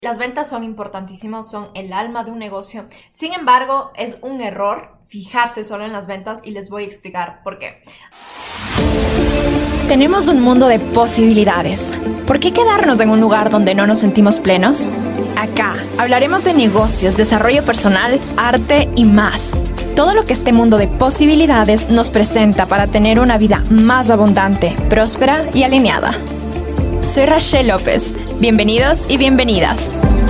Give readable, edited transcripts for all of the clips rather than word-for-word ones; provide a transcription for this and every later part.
Las ventas son importantísimas, son el alma de un negocio. Sin embargo, es un error fijarse solo en las ventas y les voy a explicar por qué. Tenemos un mundo de posibilidades. ¿Por qué quedarnos en un lugar donde no nos sentimos plenos? Acá hablaremos de negocios, desarrollo personal, arte y más. Todo lo que este mundo de posibilidades nos presenta para tener una vida más abundante, próspera y alineada. Soy Rachel López. Bienvenidos y bienvenidas.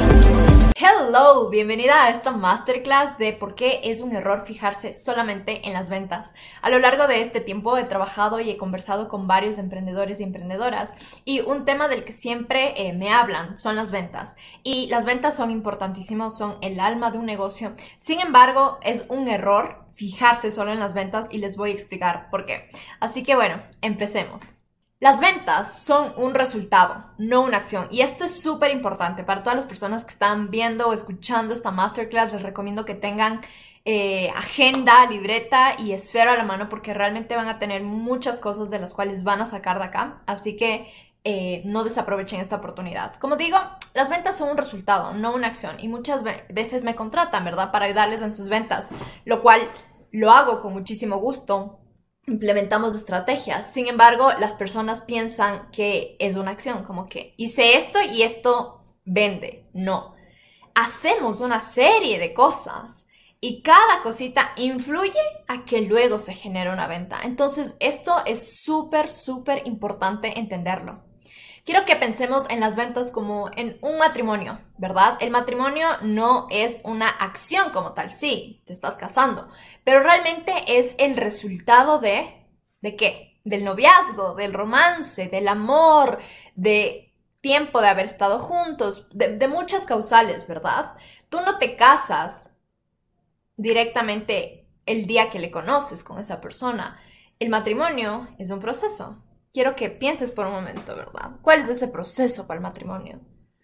Hello, bienvenida a esta masterclass de por qué es un error fijarse solamente en las ventas. A lo largo de este tiempo he trabajado y he conversado con varios emprendedores y emprendedoras y un tema del que siempre me hablan son las ventas. Y las ventas son importantísimas, son el alma de un negocio. Sin embargo, es un error fijarse solo en las ventas y les voy a explicar por qué. Así que bueno, empecemos. Las ventas son un resultado, no una acción. Y esto es súper importante para todas las personas que están viendo o escuchando esta masterclass. Les recomiendo que tengan agenda, libreta y esfero a la mano porque realmente van a tener muchas cosas de las cuales van a sacar de acá. Así que no desaprovechen esta oportunidad. Como digo, las ventas son un resultado, no una acción. Y muchas veces me contratan, ¿verdad? Para ayudarles en sus ventas, lo cual lo hago con muchísimo gusto. Implementamos estrategias. Sin embargo, las personas piensan que es una acción, como que hice esto y esto vende. No. Hacemos una serie de cosas y cada cosita influye a que luego se genere una venta. Entonces, esto es súper importante entenderlo. Quiero que pensemos en las ventas como en un matrimonio, ¿verdad? El matrimonio no es una acción como tal, sí, te estás casando, pero realmente es el resultado ¿de qué? Del noviazgo, del romance, del amor, de tiempo de haber estado juntos, de muchas causales, ¿verdad? Tú no te casas directamente el día que le conoces con esa persona. El matrimonio es un proceso. Quiero que pienses por un momento, ¿verdad? ¿Cuál es ese proceso para el matrimonio?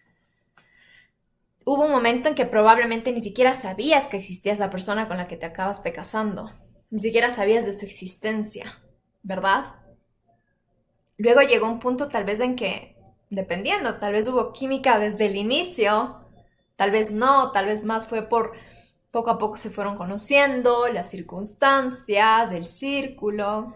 Hubo un momento en que probablemente ni siquiera sabías que existía esa persona con la que te acabas de casando. Ni siquiera sabías de su existencia, ¿verdad? Luego llegó un punto tal vez en que, dependiendo, tal vez hubo química desde el inicio, tal vez no, tal vez más fue por poco a poco se fueron conociendo, las circunstancias, el círculo,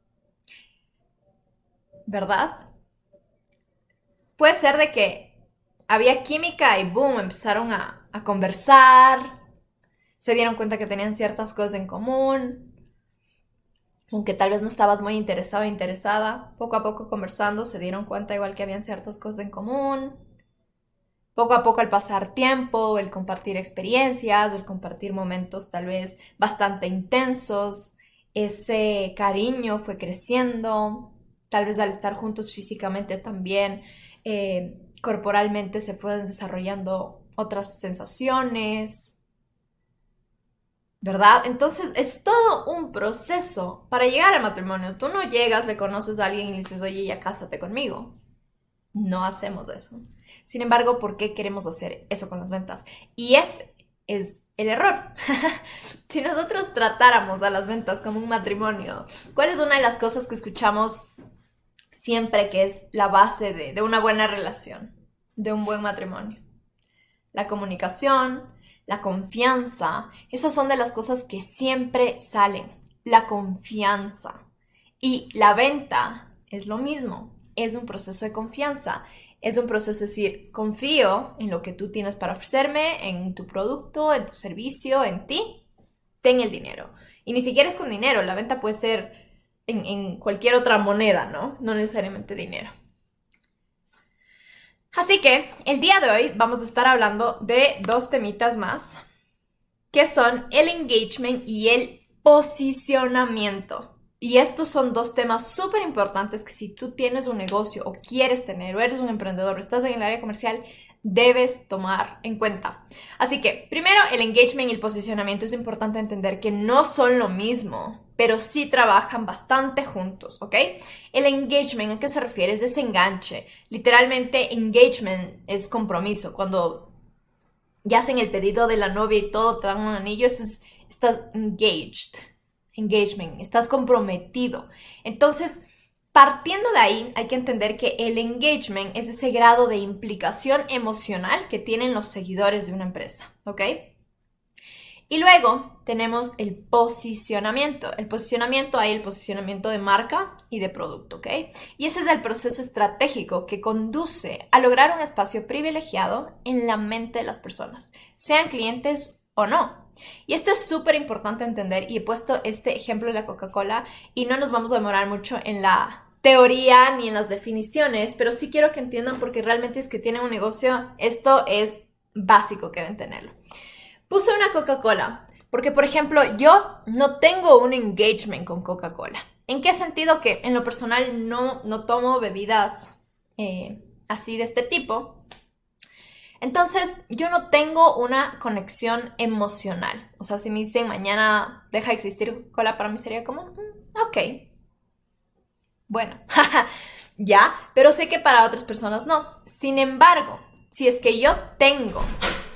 ¿verdad? Puede ser de que había química y boom, empezaron a conversar, se dieron cuenta que tenían ciertas cosas en común, aunque tal vez no estabas muy interesado o interesada, poco a poco conversando se dieron cuenta igual que habían ciertas cosas en común. Poco a poco al pasar tiempo, el compartir experiencias o el compartir momentos tal vez bastante intensos, ese cariño fue creciendo. Tal vez al estar juntos físicamente también, corporalmente se fueron desarrollando otras sensaciones, ¿verdad? Entonces es todo un proceso para llegar al matrimonio. Tú no llegas, le conoces a alguien y le dices, oye, ya cásate conmigo. No hacemos eso. Sin embargo, ¿por qué queremos hacer eso con las ventas? Y ese es el error. Si nosotros tratáramos a las ventas como un matrimonio, ¿cuál es una de las cosas que escuchamos siempre que es la base de una buena relación, de un buen matrimonio? La comunicación, la confianza, esas son de las cosas que siempre salen. La confianza. Y la venta es lo mismo, es un proceso de confianza. Es un proceso de decir, confío en lo que tú tienes para ofrecerme, en tu producto, en tu servicio, en ti, ten el dinero. Y ni siquiera es con dinero, la venta puede ser en cualquier otra moneda, ¿no? No necesariamente dinero. Así que el día de hoy vamos a estar hablando de dos temitas más, que son el engagement y el posicionamiento. Y estos son dos temas súper importantes que si tú tienes un negocio o quieres tener o eres un emprendedor o estás en el área comercial, debes tomar en cuenta. Así que, primero, el engagement y el posicionamiento. Es importante entender que no son lo mismo, pero sí trabajan bastante juntos, ¿ok? El engagement, ¿a qué se refiere? Es ese enganche. Literalmente, engagement es compromiso. Cuando ya hacen el pedido de la novia y todo, te dan un anillo, estás engaged. Engagement, estás comprometido. Entonces, Partiendo de ahí, hay que entender que el engagement es ese grado de implicación emocional que tienen los seguidores de una empresa, ¿ok? Y luego tenemos el posicionamiento. El posicionamiento de marca y de producto, ¿ok? Y ese es el proceso estratégico que conduce a lograr un espacio privilegiado en la mente de las personas, sean clientes o no. Y esto es súper importante entender, y he puesto este ejemplo de la Coca-Cola y no nos vamos a demorar mucho en la teoría ni en las definiciones, pero sí quiero que entiendan, porque realmente es que tienen un negocio, esto es básico que deben tenerlo. Puse una Coca-Cola porque, por ejemplo, yo no tengo un engagement con Coca-Cola. ¿En qué sentido? Que en lo personal no tomo bebidas así de este tipo. Entonces, yo no tengo una conexión emocional. O sea, si me dicen mañana deja de existir Coca-Cola, para mí sería como, ok. Bueno, ya, pero sé que para otras personas no. Sin embargo, si es que yo tengo...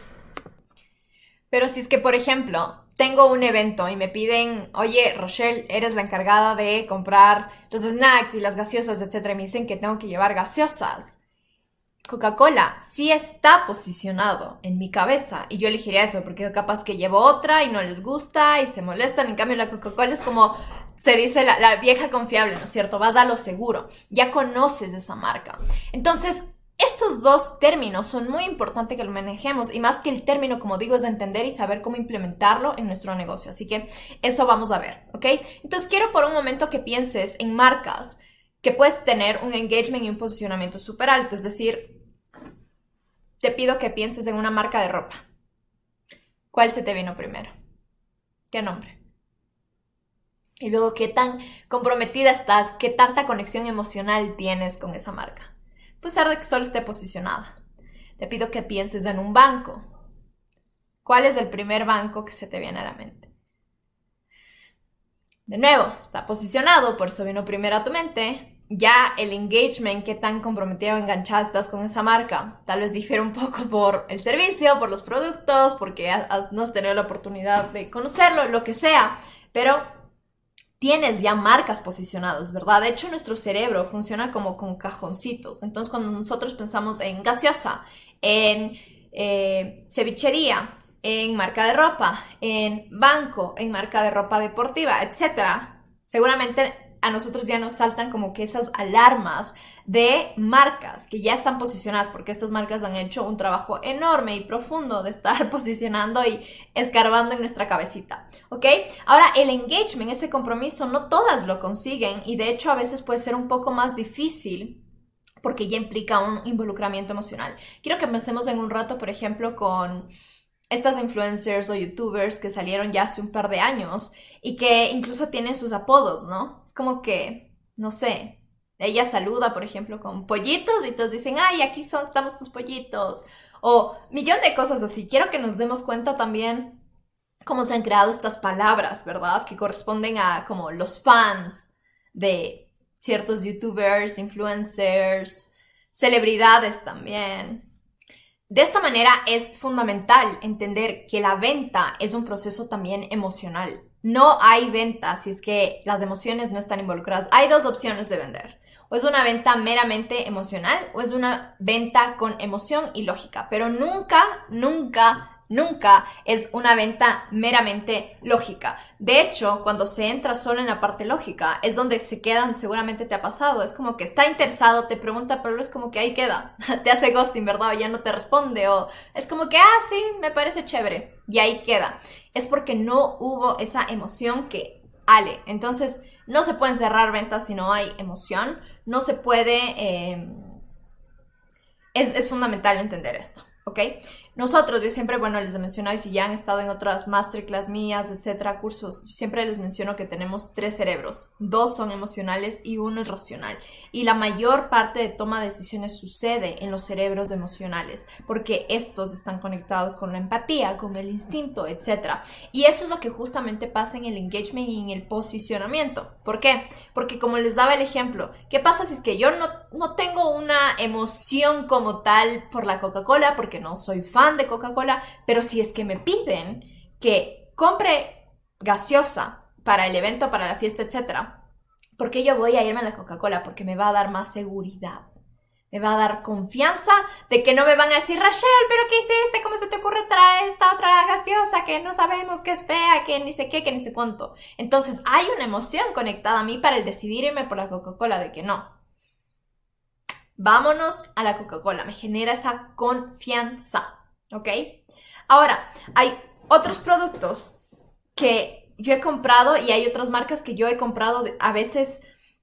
Pero si es que, por ejemplo, tengo un evento y me piden, oye, Rochelle, eres la encargada de comprar los snacks y las gaseosas, etcétera, y me dicen que tengo que llevar gaseosas. Coca-Cola sí está posicionado en mi cabeza y yo elegiría eso, porque capaz que llevo otra y no les gusta y se molestan. En cambio, la Coca-Cola es como se dice la vieja confiable, ¿no es cierto? Vas a lo seguro, ya conoces esa marca. Entonces, estos dos términos son muy importantes que lo manejemos, y más que el término, como digo, es de entender y saber cómo implementarlo en nuestro negocio. Así que eso vamos a ver, ¿ok? Entonces quiero por un momento que pienses en marcas que puedes tener un engagement y un posicionamiento súper alto. Es decir, te pido que pienses en una marca de ropa. ¿Cuál se te vino primero? ¿Qué nombre? Y luego, ¿qué tan comprometida estás? ¿Qué tanta conexión emocional tienes con esa marca? A pesar de que solo esté posicionada. Te pido que pienses en un banco. ¿Cuál es el primer banco que se te viene a la mente? De nuevo, está posicionado, por eso vino primero a tu mente. Ya el engagement, qué tan comprometido o enganchada estás con esa marca. Tal vez difiere un poco por el servicio, por los productos, porque no has tenido la oportunidad de conocerlo, lo que sea. Pero tienes ya marcas posicionadas, ¿verdad? De hecho, nuestro cerebro funciona como con cajoncitos. Entonces, cuando nosotros pensamos en gaseosa, en cevichería, en marca de ropa, en banco, en marca de ropa deportiva, etc., seguramente a nosotros ya nos saltan como que esas alarmas de marcas que ya están posicionadas, porque estas marcas han hecho un trabajo enorme y profundo de estar posicionando y escarbando en nuestra cabecita, ¿ok? Ahora, el engagement, ese compromiso, no todas lo consiguen, y de hecho a veces puede ser un poco más difícil porque ya implica un involucramiento emocional. Quiero que pensemos en un rato, por ejemplo, con estas influencers o youtubers que salieron ya hace un par de años y que incluso tienen sus apodos, ¿no? Es como que, no sé, ella saluda, por ejemplo, con pollitos y todos dicen, ay, aquí estamos tus pollitos. O millón de cosas así. Quiero que nos demos cuenta también cómo se han creado estas palabras, ¿verdad? Que corresponden a como los fans de ciertos youtubers, influencers, celebridades también. De esta manera es fundamental entender que la venta es un proceso también emocional. No hay venta si es que las emociones no están involucradas. Hay dos opciones de vender. O es una venta meramente emocional o es una venta con emoción y lógica. Pero nunca es una venta meramente lógica. De hecho, cuando se entra solo en la parte lógica, es donde se quedan, seguramente te ha pasado. Es como que está interesado, te pregunta, pero es como que ahí queda. Te hace ghosting, ¿verdad? O ya no te responde. O es como que, sí, me parece chévere. Y ahí queda. Es porque no hubo esa emoción que ale. Entonces, no se pueden cerrar ventas si no hay emoción. No se puede... Es fundamental entender esto, ¿ok? Nosotros, yo siempre, bueno, les he mencionado, y si ya han estado en otras masterclass mías, etcétera, cursos, siempre les menciono que tenemos 3 cerebros. 2 son emocionales y 1 es racional. Y la mayor parte de toma de decisiones sucede en los cerebros emocionales, porque estos están conectados con la empatía, con el instinto, etcétera. Y eso es lo que justamente pasa en el engagement y en el posicionamiento. ¿Por qué? Porque como les daba el ejemplo, ¿qué pasa si es que yo no tengo una emoción como tal por la Coca-Cola, porque no soy fan de Coca-Cola, pero si es que me piden que compre gaseosa para el evento, para la fiesta, etcétera, ¿Por qué yo voy a irme a la Coca-Cola? Porque me va a dar más seguridad. Me va a dar confianza de que no me van a decir, Rachel, ¿pero qué hiciste? ¿Cómo se te ocurre traer esta otra gaseosa que no sabemos que es fea, que ni sé qué, que ni sé cuánto? Entonces hay una emoción conectada a mí para el decidir irme por la Coca-Cola, de que no. Vámonos a la Coca-Cola. Me genera esa confianza, ¿ok? Ahora, hay otros productos que yo he comprado y hay otras marcas que yo he comprado a veces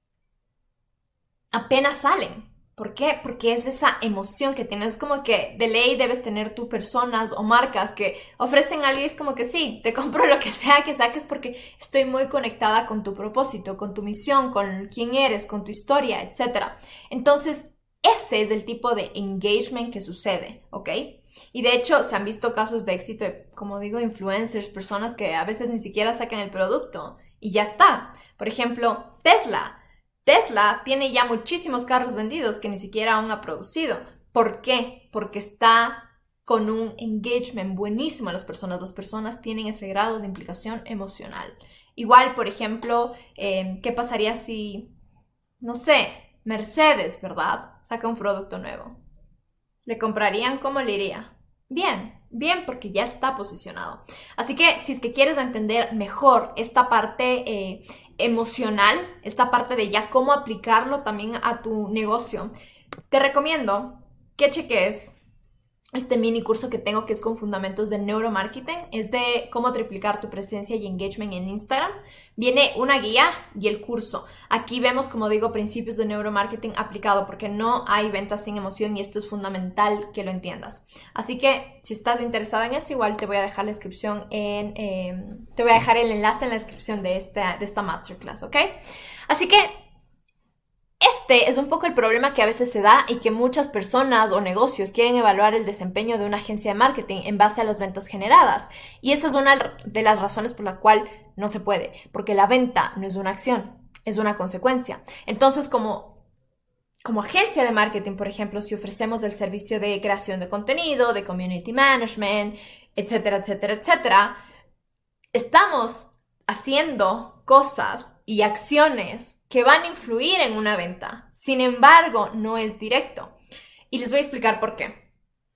apenas salen. ¿Por qué? Porque es esa emoción que tienes. Es como que de ley debes tener tú personas o marcas que ofrecen algo y es como que sí, te compro lo que sea que saques porque estoy muy conectada con tu propósito, con tu misión, con quién eres, con tu historia, etc. Entonces, ese es el tipo de engagement que sucede, ¿ok? Y de hecho, se han visto casos de éxito de, como digo, influencers, personas que a veces ni siquiera sacan el producto y ya está. Por ejemplo, Tesla. Tesla tiene ya muchísimos carros vendidos que ni siquiera aún ha producido. ¿Por qué? Porque está con un engagement buenísimo a las personas. Las personas tienen ese grado de implicación emocional. Igual, por ejemplo, ¿qué pasaría si, no sé, Mercedes, ¿verdad? Saca un producto nuevo. ¿Le comprarían? ¿Cómo le iría? Bien, bien, porque ya está posicionado. Así que si es que quieres entender mejor esta parte emocional, esta parte de ya cómo aplicarlo también a tu negocio, te recomiendo que cheques este mini curso que tengo que es con fundamentos de neuromarketing. Es de cómo triplicar tu presencia y engagement en Instagram. Viene una guía y el curso. Aquí vemos, como digo, principios de neuromarketing aplicado porque no hay ventas sin emoción y esto es fundamental que lo entiendas. Así que si estás interesada en eso, igual te voy a dejar la descripción te voy a dejar el enlace en la descripción de esta masterclass, ¿ok? Así que este es un poco el problema que a veces se da y que muchas personas o negocios quieren evaluar el desempeño de una agencia de marketing en base a las ventas generadas. Y esa es una de las razones por la cual no se puede, porque la venta no es una acción, es una consecuencia. Entonces, como agencia de marketing, por ejemplo, si ofrecemos el servicio de creación de contenido, de community management, etcétera, etcétera, etcétera, estamos haciendo cosas y acciones que van a influir en una venta. Sin embargo, no es directo. Y les voy a explicar por qué.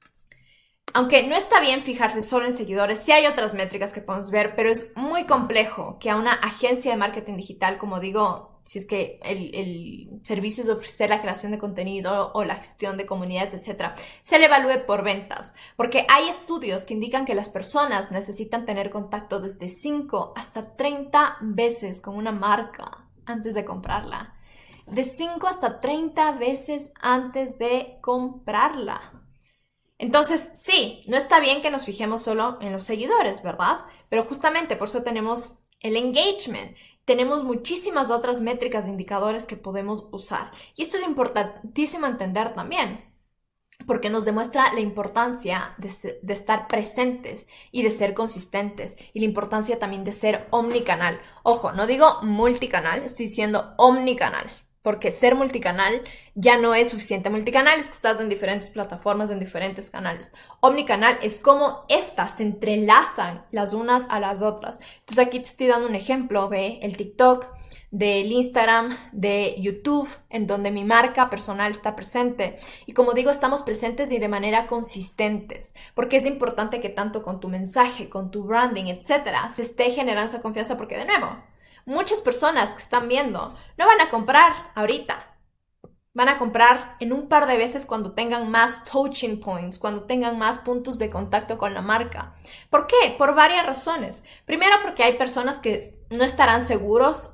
Aunque no está bien fijarse solo en seguidores, sí hay otras métricas que podemos ver, pero es muy complejo que a una agencia de marketing digital, como digo, si es que el servicio es ofrecer la creación de contenido o la gestión de comunidades, etc., se le evalúe por ventas. Porque hay estudios que indican que las personas necesitan tener contacto desde 5 hasta 30 veces con una marca antes de comprarla. De 5 hasta 30 veces antes de comprarla. Entonces, sí, no está bien que nos fijemos solo en los seguidores, ¿verdad? Pero justamente por eso tenemos el engagement. Tenemos muchísimas otras métricas de indicadores que podemos usar. Y esto es importantísimo entender también, porque nos demuestra la importancia de estar presentes y de ser consistentes y la importancia también de ser omnicanal. Ojo, no digo multicanal, estoy diciendo omnicanal, porque ser multicanal ya no es suficiente. Multicanal es que estás en diferentes plataformas, en diferentes canales. Omnicanal es cómo estas se entrelazan las unas a las otras. Entonces aquí te estoy dando un ejemplo de el TikTok, del Instagram, de YouTube, en donde mi marca personal está presente. Y como digo, estamos presentes y de manera consistentes, porque es importante que tanto con tu mensaje, con tu branding, etcétera, se esté generando esa confianza, porque de nuevo, muchas personas que están viendo no van a comprar ahorita. Van a comprar en un par de veces cuando tengan más touching points, cuando tengan más puntos de contacto con la marca. ¿Por qué? Por varias razones. Primero, porque hay personas que no estarán seguros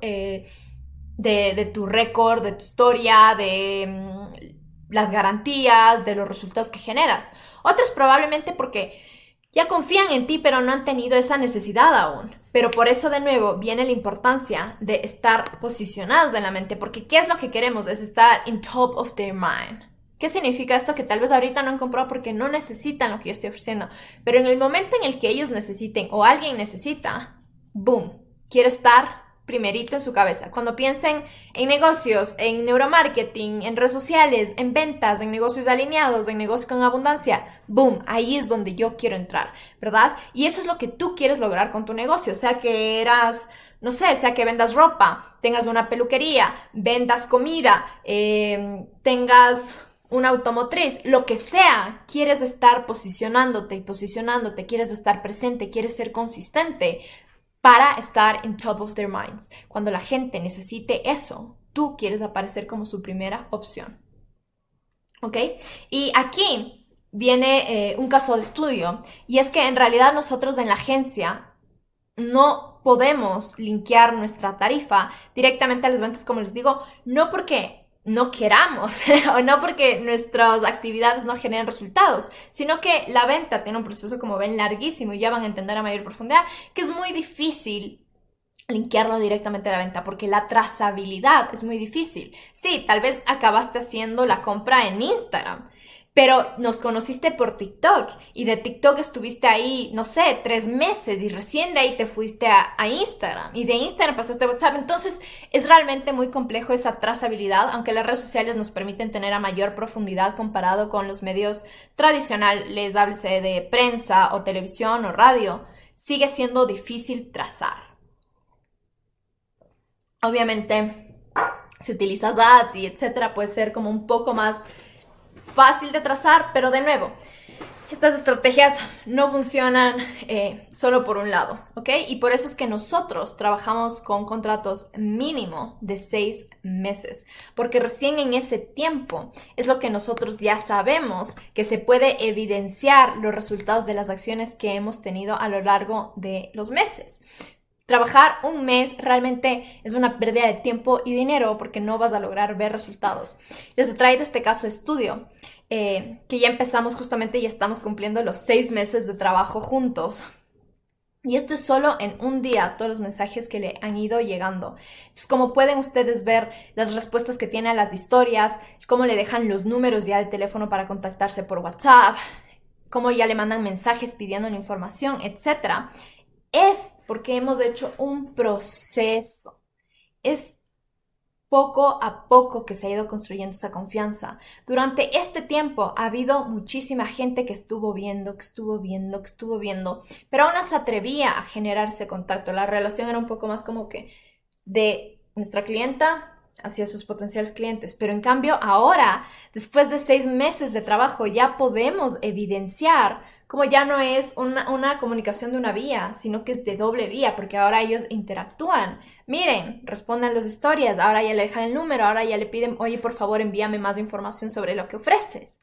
de tu récord, de tu historia, de las garantías, de los resultados que generas. Otras probablemente porque ya confían en ti, pero no han tenido esa necesidad aún. Pero por eso, de nuevo, viene la importancia de estar posicionados en la mente, porque ¿qué es lo que queremos? Es estar in top of their mind. ¿Qué significa esto? Que tal vez ahorita no han comprado porque no necesitan lo que yo estoy ofreciendo, pero en el momento en el que ellos necesiten o alguien necesita, ¡boom! Quiero estar primerito en su cabeza. Cuando piensen en negocios, en neuromarketing, en redes sociales, en ventas, en negocios alineados, en negocios con abundancia, boom, ahí es donde yo quiero entrar, ¿verdad? Y eso es lo que tú quieres lograr con tu negocio. O sea que eras, no sé, sea que vendas ropa, tengas una peluquería, vendas comida, tengas una automotriz, lo que sea, quieres estar posicionándote, quieres estar presente, quieres ser consistente para estar en top of their minds. Cuando la gente necesite eso, tú quieres aparecer como su primera opción. ¿Ok? Y aquí viene un caso de estudio, y es que en realidad nosotros en la agencia no podemos linkear nuestra tarifa directamente a las ventas, como les digo, no porque no queramos o no porque nuestras actividades no generen resultados, sino que la venta tiene un proceso, como ven, larguísimo, y ya van a entender a mayor profundidad que es muy difícil linkearlo directamente a la venta, porque la trazabilidad es muy difícil. Sí, tal vez acabaste haciendo la compra en Instagram, pero nos conociste por TikTok, y de TikTok estuviste ahí, no sé, 3 meses, y recién de ahí te fuiste a Instagram, y de Instagram pasaste a WhatsApp. Entonces es realmente muy complejo esa trazabilidad, aunque las redes sociales nos permiten tener a mayor profundidad comparado con los medios tradicionales, háblese de prensa o televisión o radio, sigue siendo difícil trazar. Obviamente, si utilizas ads y etcétera, puede ser como un poco más fácil de trazar, pero de nuevo, estas estrategias no funcionan solo por un lado, ¿ok? Y por eso es que nosotros trabajamos con contratos mínimo de 6 meses, porque recién en ese tiempo es lo que nosotros ya sabemos que se puede evidenciar los resultados de las acciones que hemos tenido a lo largo de los meses. Trabajar un mes realmente es una pérdida de tiempo y dinero, porque no vas a lograr ver resultados. Les he traído este caso de estudio, que ya empezamos justamente y estamos cumpliendo los 6 meses de trabajo juntos. Y esto es solo en un día, todos los mensajes que le han ido llegando. Entonces, como pueden ustedes ver, las respuestas que tiene a las historias, cómo le dejan los números ya de teléfono para contactarse por WhatsApp, cómo ya le mandan mensajes pidiendo una información, etc. Es porque hemos hecho un proceso. Es poco a poco que se ha ido construyendo esa confianza. Durante este tiempo ha habido muchísima gente que estuvo viendo, pero aún no se atrevía a generar ese contacto. La relación era un poco más como que de nuestra clienta hacia sus potenciales clientes. Pero en cambio ahora, después de 6 meses de trabajo, ya podemos evidenciar como ya no es una comunicación de una vía, sino que es de doble vía, porque ahora ellos interactúan. Miren, responden las historias, ahora ya le dejan el número, ahora ya le piden, oye, por favor, envíame más información sobre lo que ofreces.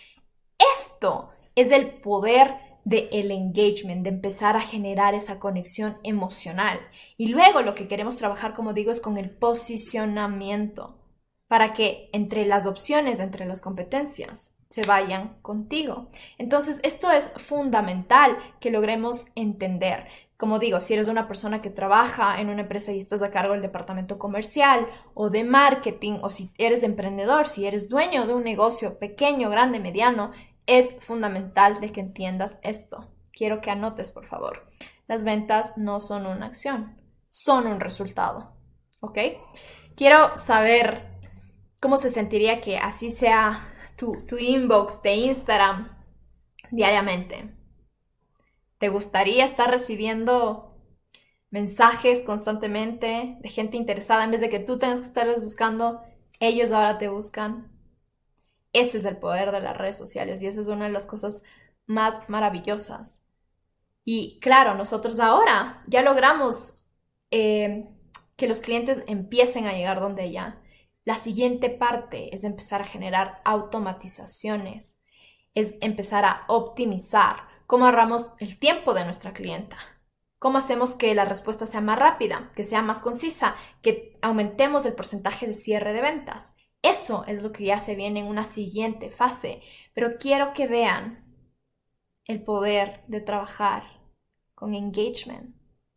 Esto es el poder del engagement, de empezar a generar esa conexión emocional. Y luego lo que queremos trabajar, como digo, es con el posicionamiento, para que entre las opciones, entre las competencias, se vayan contigo. Entonces, esto es fundamental que logremos entender. Como digo, si eres una persona que trabaja en una empresa y estás a cargo del departamento comercial o de marketing, o si eres emprendedor, si eres dueño de un negocio pequeño, grande, mediano, es fundamental de que entiendas esto. Quiero que anotes, por favor. Las ventas no son una acción, son un resultado. ¿Ok? Quiero saber cómo se sentiría que así sea tu inbox de Instagram diariamente. ¿Te gustaría estar recibiendo mensajes constantemente de gente interesada en vez de que tú tengas que estarlos buscando? Ellos ahora te buscan. Ese es el poder de las redes sociales, y esa es una de las cosas más maravillosas. Y claro, nosotros ahora ya logramos que los clientes empiecen a llegar donde ya. La siguiente parte es empezar a generar automatizaciones, es empezar a optimizar cómo ahorramos el tiempo de nuestra clienta, cómo hacemos que la respuesta sea más rápida, que sea más concisa, que aumentemos el porcentaje de cierre de ventas. Eso es lo que ya se viene en una siguiente fase, pero quiero que vean el poder de trabajar con engagement,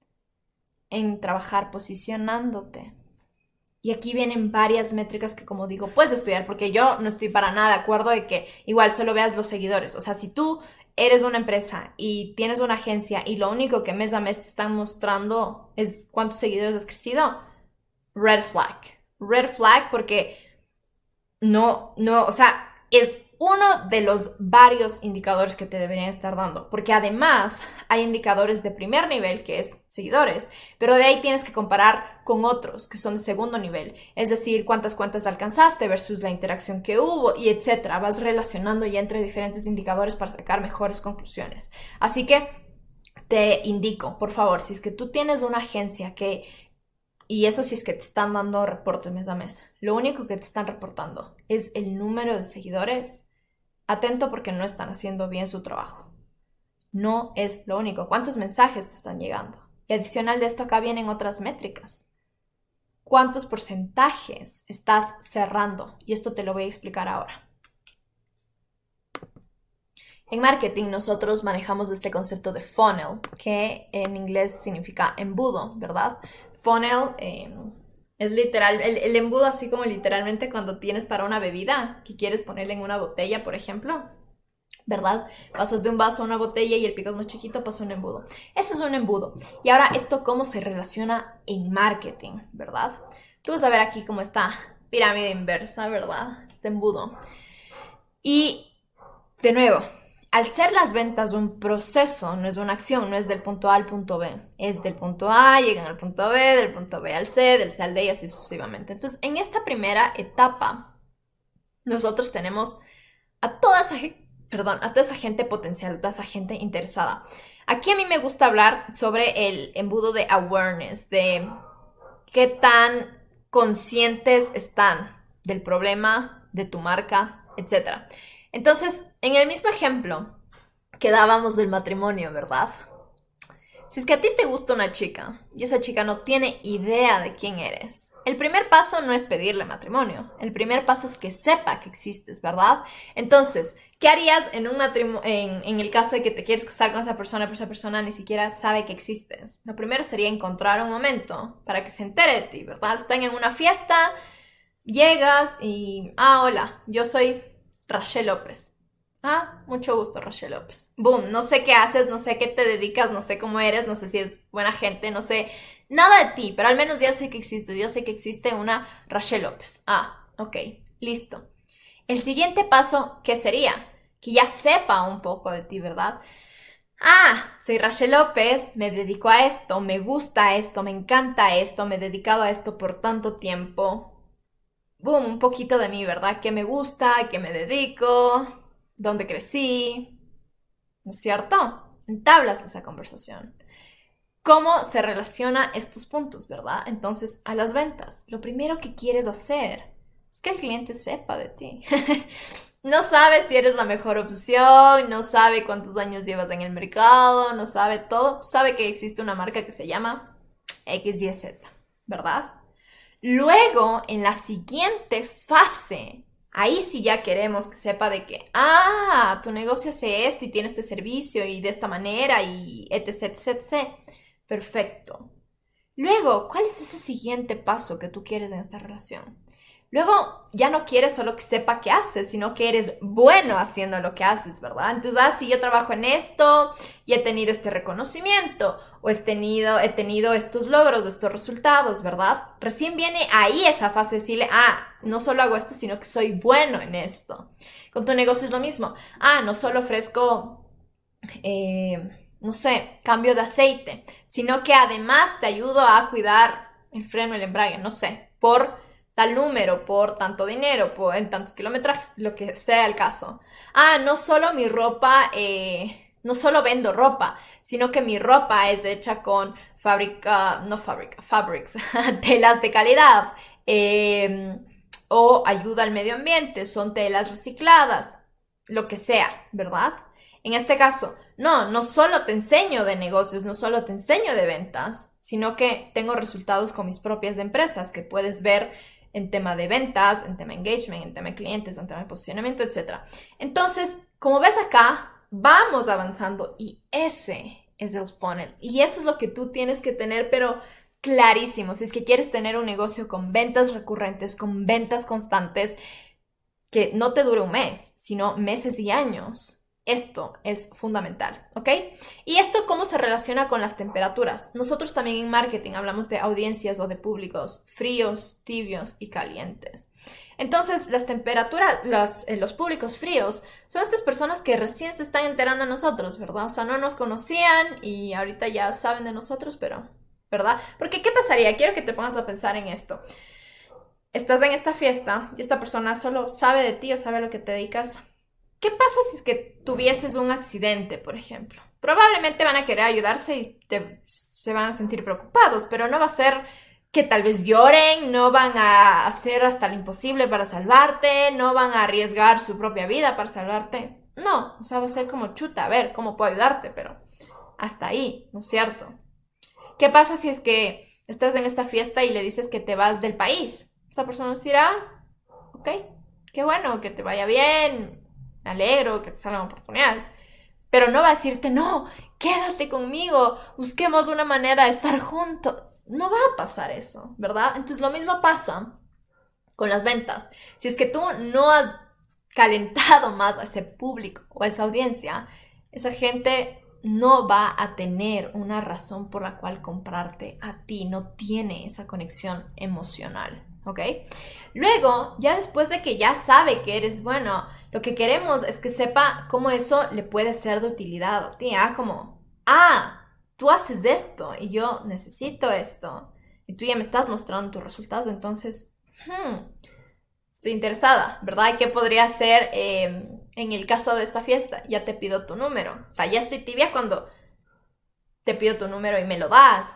en trabajar posicionándote. Y aquí vienen varias métricas que, como digo, puedes estudiar, porque yo no estoy para nada de acuerdo de que igual solo veas los seguidores. O sea, si tú eres una empresa y tienes una agencia y lo único que mes a mes te están mostrando es cuántos seguidores has crecido, red flag. Red flag, porque no, o sea, es uno de los varios indicadores que te deberían estar dando, porque además hay indicadores de primer nivel, que es seguidores, pero de ahí tienes que comparar con otros que son de segundo nivel, es decir, cuántas cuentas alcanzaste versus la interacción que hubo y etcétera. Vas relacionando ya entre diferentes indicadores para sacar mejores conclusiones. Así que te indico, por favor, si es que tú tienes una agencia y eso sí es que te están dando reportes mes a mes, lo único que te están reportando es el número de seguidores, atento porque no están haciendo bien su trabajo. No es lo único. ¿Cuántos mensajes te están llegando? Y adicional de esto, acá vienen otras métricas. ¿Cuántos porcentajes estás cerrando? Y esto te lo voy a explicar ahora. En marketing nosotros manejamos este concepto de funnel, que en inglés significa embudo, ¿verdad? Funnel es literal, el embudo así como literalmente cuando tienes para una bebida que quieres ponerle en una botella, por ejemplo, ¿verdad? Pasas de un vaso a una botella y el pico es muy chiquito, pasa un embudo. Eso es un embudo. Y ahora, ¿esto cómo se relaciona en marketing, verdad? Tú vas a ver aquí cómo está pirámide inversa, ¿verdad? Este embudo. Y, de nuevo, al ser las ventas un proceso, no es una acción, no es del punto A al punto B. Es del punto A, llegan al punto B, del punto B al C, del C al D y así sucesivamente. Entonces, en esta primera etapa, nosotros tenemos a toda esa gente potencial, a toda esa gente interesada. Aquí a mí me gusta hablar sobre el embudo de awareness, de qué tan conscientes están del problema, de tu marca, etc. Entonces, en el mismo ejemplo que dábamos del matrimonio, ¿verdad? Si es que a ti te gusta una chica y esa chica no tiene idea de quién eres, el primer paso no es pedirle matrimonio. El primer paso es que sepa que existes, ¿verdad? Entonces, ¿qué harías en un matrimonio, en el caso de que te quieres casar con esa persona, pero esa persona ni siquiera sabe que existes? Lo primero sería encontrar un momento para que se entere de ti, ¿verdad? Están en una fiesta, llegas y... hola, yo soy Rachel López. Mucho gusto, Rachel López. Boom, no sé qué haces, no sé qué te dedicas, no sé cómo eres, no sé si eres buena gente, no sé nada de ti, pero al menos ya sé que existes, ya sé que existe una Rachel López. Ok, listo. El siguiente paso, ¿qué sería? Que ya sepa un poco de ti, ¿verdad? Soy Rachel López, me dedico a esto, me gusta esto, me encanta esto, me he dedicado a esto por tanto tiempo. Boom, un poquito de mí, ¿verdad? ¿Qué me gusta? ¿Qué me dedico? ¿Dónde crecí? ¿No es cierto? Entablas esa conversación. ¿Cómo se relaciona estos puntos, verdad? Entonces, a las ventas, lo primero que quieres hacer es que el cliente sepa de ti. No sabe si eres la mejor opción, no sabe cuántos años llevas en el mercado, no sabe todo. Sabe que existe una marca que se llama XYZ, ¿verdad? Luego, en la siguiente fase, ahí sí ya queremos que sepa de que, tu negocio hace esto y tiene este servicio y de esta manera y etc, etc, etc. Perfecto. Luego, ¿cuál es ese siguiente paso que tú quieres en esta relación? Luego, ya no quieres solo que sepa qué haces, sino que eres bueno haciendo lo que haces, ¿verdad? Entonces, si yo trabajo en esto y he tenido este reconocimiento o he tenido estos logros, estos resultados, ¿verdad? Recién viene ahí esa fase de decirle, no solo hago esto, sino que soy bueno en esto. Con tu negocio es lo mismo. No solo ofrezco, no sé, cambio de aceite, sino que además te ayudo a cuidar el freno, el embrague, no sé, por tal número, por tanto dinero, en tantos kilometrajes, lo que sea el caso. No solo mi ropa, no solo vendo ropa, sino que mi ropa es hecha con fabrics, telas de calidad, o ayuda al medio ambiente, son telas recicladas, lo que sea, ¿verdad? En este caso, no solo te enseño de negocios, no solo te enseño de ventas, sino que tengo resultados con mis propias empresas que puedes ver en tema de ventas, en tema de engagement, en tema de clientes, en tema de posicionamiento, etc. Entonces, como ves acá, vamos avanzando y ese es el funnel. Y eso es lo que tú tienes que tener, pero clarísimo. Si es que quieres tener un negocio con ventas recurrentes, con ventas constantes, que no te dure un mes, sino meses y años. Esto es fundamental, ¿ok? ¿Y esto cómo se relaciona con las temperaturas? Nosotros también en marketing hablamos de audiencias o de públicos fríos, tibios y calientes. Entonces, las temperaturas, los públicos fríos son estas personas que recién se están enterando de nosotros, ¿verdad? O sea, no nos conocían y ahorita ya saben de nosotros, pero, ¿verdad? Porque, ¿qué pasaría? Quiero que te pongas a pensar en esto. Estás en esta fiesta y esta persona solo sabe de ti o sabe a lo que te dedicas. ¿Qué pasa si es que tuvieses un accidente, por ejemplo? Probablemente van a querer ayudarse y se van a sentir preocupados, pero no va a ser que tal vez lloren, no van a hacer hasta lo imposible para salvarte, no van a arriesgar su propia vida para salvarte. No, o sea, va a ser como chuta, a ver, ¿cómo puedo ayudarte? Pero hasta ahí, ¿no es cierto? ¿Qué pasa si es que estás en esta fiesta y le dices que te vas del país? Esa persona nos dirá, ok, qué bueno, que te vaya bien, me alegro, que te salgan oportunidades. Pero no va a decirte, no, quédate conmigo, busquemos una manera de estar juntos. No va a pasar eso, ¿verdad? Entonces lo mismo pasa con las ventas. Si es que tú no has calentado más a ese público o a esa audiencia, esa gente no va a tener una razón por la cual comprarte a ti, no tiene esa conexión emocional, ¿ok? Luego, ya después de que ya sabe que eres bueno, lo que queremos es que sepa cómo eso le puede ser de utilidad a ti, como, tú haces esto y yo necesito esto y tú ya me estás mostrando tus resultados, entonces, estoy interesada, ¿verdad? ¿Qué podría hacer en el caso de esta fiesta? Ya te pido tu número. O sea, ya estoy tibia cuando te pido tu número y me lo das.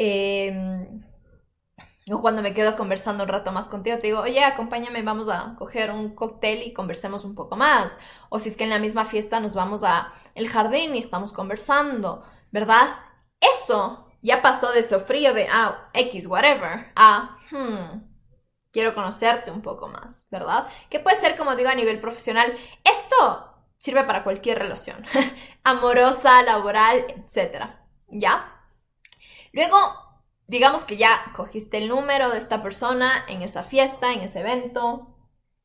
O cuando me quedo conversando un rato más contigo, te digo, oye, acompáñame, vamos a coger un cóctel y conversemos un poco más. O si es que en la misma fiesta nos vamos a el jardín y estamos conversando, ¿verdad? Eso ya pasó de sofrío de, X, whatever, a, quiero conocerte un poco más, ¿verdad? Que puede ser, como digo, a nivel profesional. Esto sirve para cualquier relación, amorosa, laboral, etc. ¿Ya? Luego, digamos que ya cogiste el número de esta persona en esa fiesta, en ese evento.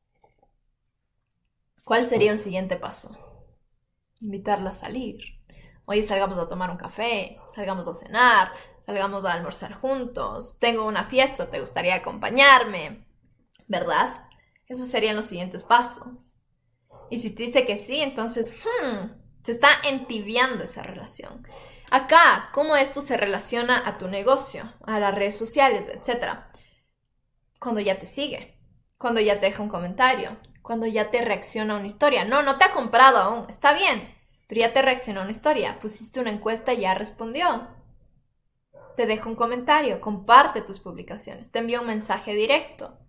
¿Cuál sería un siguiente paso? Invitarla a salir. Oye, salgamos a tomar un café, salgamos a cenar, salgamos a almorzar juntos, tengo una fiesta, ¿te gustaría acompañarme? ¿Verdad? Esos serían los siguientes pasos. Y si te dice que sí, entonces, se está entibiando esa relación. Acá, ¿cómo esto se relaciona a tu negocio, a las redes sociales, etcétera? Cuando ya te sigue, cuando ya te deja un comentario, cuando ya te reacciona a una historia. No te ha comprado aún, está bien, pero ya te reaccionó a una historia. Pusiste una encuesta y ya respondió. Te deja un comentario, comparte tus publicaciones, te envía un mensaje directo.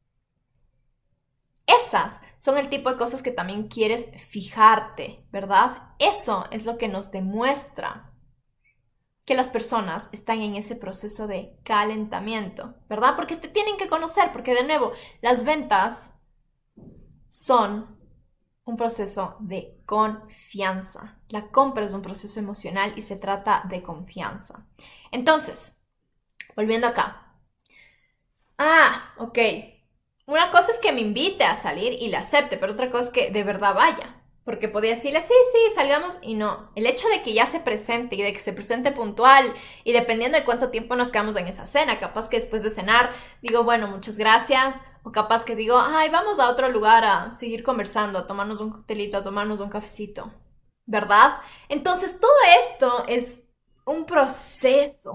Esas son el tipo de cosas que también quieres fijarte, ¿verdad? Eso es lo que nos demuestra que las personas están en ese proceso de calentamiento, ¿verdad? Porque te tienen que conocer, porque de nuevo, las ventas son un proceso de confianza. La compra es un proceso emocional y se trata de confianza. Entonces, volviendo acá. Ok. Una cosa es que me invite a salir y le acepte, pero otra cosa es que de verdad vaya. Porque podía decirle, sí, salgamos, y no. El hecho de que ya se presente y de que se presente puntual y dependiendo de cuánto tiempo nos quedamos en esa cena, capaz que después de cenar digo, bueno, muchas gracias, o capaz que digo, vamos a otro lugar a seguir conversando, a tomarnos un coctelito, a tomarnos un cafecito, ¿verdad? Entonces todo esto es un proceso,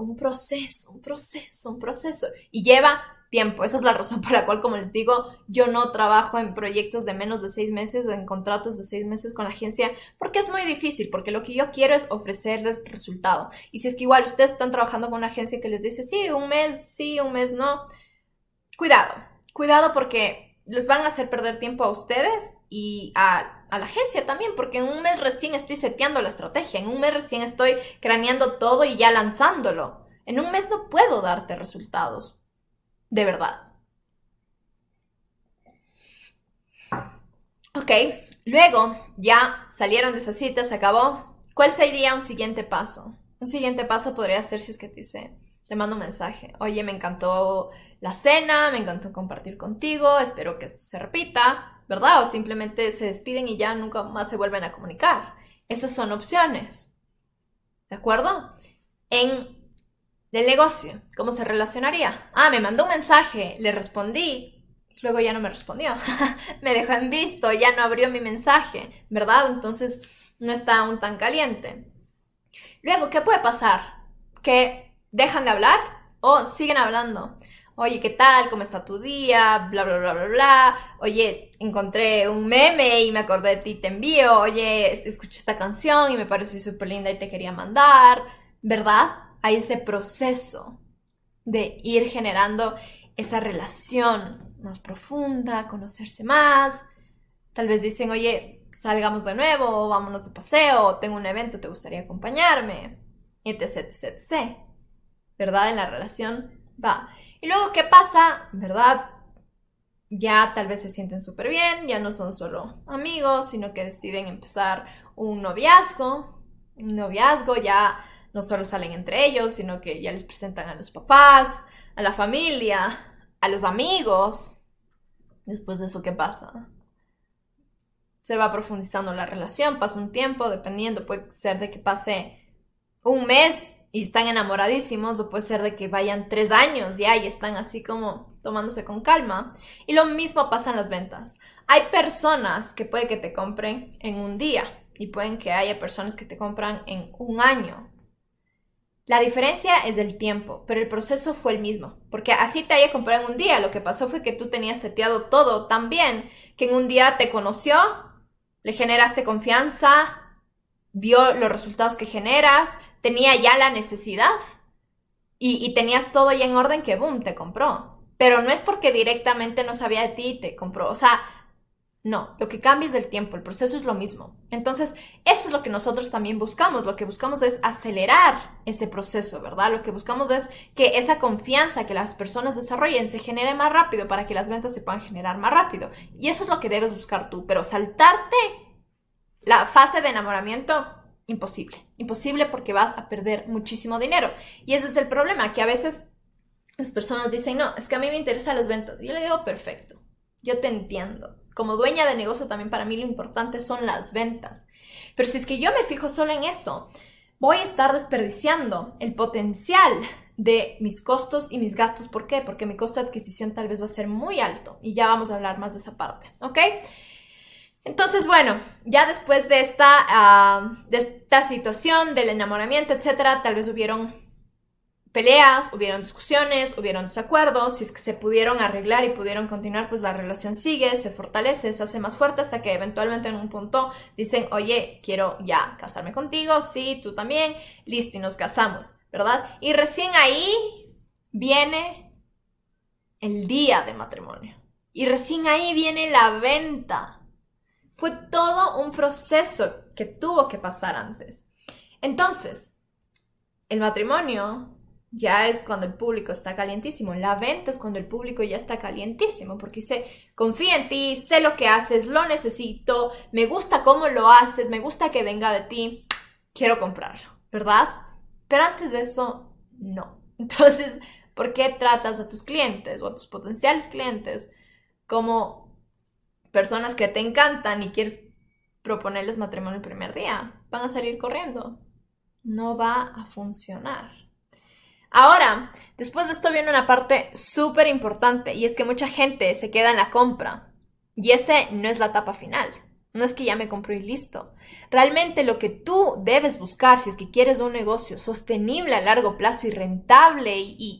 y lleva tiempo. Esa es la razón por la cual, como les digo, yo no trabajo en proyectos de menos de 6 meses o en contratos de 6 meses con la agencia, porque es muy difícil, porque lo que yo quiero es ofrecerles resultado. Y si es que igual ustedes están trabajando con una agencia que les dice, un mes no, cuidado porque les van a hacer perder tiempo a ustedes y a la agencia también, porque en un mes recién estoy seteando la estrategia, en un mes recién estoy craneando todo y ya lanzándolo. En un mes no puedo darte resultados. De verdad. Ok, luego ya salieron de esa cita, se acabó. ¿Cuál sería un siguiente paso? Un siguiente paso podría ser si es que te mando un mensaje. Oye, me encantó la cena, me encantó compartir contigo, espero que esto se repita, ¿verdad? O simplemente se despiden y ya nunca más se vuelven a comunicar. Esas son opciones, ¿de acuerdo? En el negocio, ¿cómo se relacionaría? Me mandó un mensaje, le respondí, luego ya no me respondió, me dejó en visto, ya no abrió mi mensaje, ¿verdad? Entonces no está aún tan caliente. Luego, ¿qué puede pasar? ¿Que dejan de hablar o siguen hablando? Oye, ¿qué tal? ¿Cómo está tu día? Bla, bla, bla, bla, bla. Oye, encontré un meme y me acordé de ti, te envío. Oye, escuché esta canción y me pareció súper linda y te quería mandar, ¿verdad? Hay ese proceso de ir generando esa relación más profunda, conocerse más. Tal vez dicen, oye, salgamos de nuevo, vámonos de paseo, tengo un evento, ¿te gustaría acompañarme? Etc, etc, etc. ¿Verdad? En la relación va. Y luego, ¿qué pasa? ¿Verdad? Ya tal vez se sienten súper bien, ya no son solo amigos, sino que deciden empezar un noviazgo. Un noviazgo ya no solo salen entre ellos, sino que ya les presentan a los papás, a la familia, a los amigos. Después de eso, ¿qué pasa? Se va profundizando la relación, pasa un tiempo, dependiendo, puede ser de que pase un mes y están enamoradísimos, o puede ser de que vayan 3 años ya y están así como tomándose con calma. Y lo mismo pasa en las ventas. Hay personas que puede que te compren en un día y pueden que haya personas que te compran en un año. La diferencia es el tiempo, pero el proceso fue el mismo. Porque así te haya comprado en un día, lo que pasó fue que tú tenías seteado todo tan bien que en un día te conoció, le generaste confianza, vio los resultados que generas, tenía ya la necesidad y tenías todo ya en orden que boom, te compró. Pero no es porque directamente no sabía de ti y te compró. O sea, no, lo que cambia es el tiempo, el proceso es lo mismo. Entonces, eso es lo que nosotros también buscamos. Lo que buscamos es acelerar ese proceso, ¿verdad? Lo que buscamos es que esa confianza que las personas desarrollen se genere más rápido para que las ventas se puedan generar más rápido. Y eso es lo que debes buscar tú. Pero saltarte la fase de enamoramiento, imposible. Imposible porque vas a perder muchísimo dinero. Y ese es el problema, que a veces las personas dicen, no, es que a mí me interesan las ventas. Y yo le digo, perfecto, yo te entiendo. Como dueña de negocio también para mí lo importante son las ventas. Pero si es que yo me fijo solo en eso, voy a estar desperdiciando el potencial de mis costos y mis gastos. ¿Por qué? Porque mi costo de adquisición tal vez va a ser muy alto. Y ya vamos a hablar más de esa parte, ¿ok? Entonces, bueno, ya después de esta situación del enamoramiento, etcétera, tal vez hubieron peleas, hubieron discusiones, hubieron desacuerdos. Si es que se pudieron arreglar y pudieron continuar, pues la relación sigue, se fortalece, se hace más fuerte hasta que eventualmente en un punto dicen, oye, quiero ya casarme contigo, sí, tú también, listo, y nos casamos, ¿verdad? Y recién ahí viene el día de matrimonio. Y recién ahí viene la venta. Fue todo un proceso que tuvo que pasar antes. Entonces, el matrimonio ya es cuando el público está calientísimo. La venta es cuando el público ya está calientísimo, porque dice, confío en ti, sé lo que haces, lo necesito, me gusta cómo lo haces, me gusta que venga de ti, quiero comprarlo, ¿verdad? Pero antes de eso, no. Entonces, ¿por qué tratas a tus clientes o a tus potenciales clientes como personas que te encantan y quieres proponerles matrimonio el primer día? Van a salir corriendo. No va a funcionar. Ahora, después de esto viene una parte súper importante, y es que mucha gente se queda en la compra. Y ese no es la etapa final. No es que ya me compró y listo. Realmente lo que tú debes buscar, si es que quieres un negocio sostenible a largo plazo y rentable y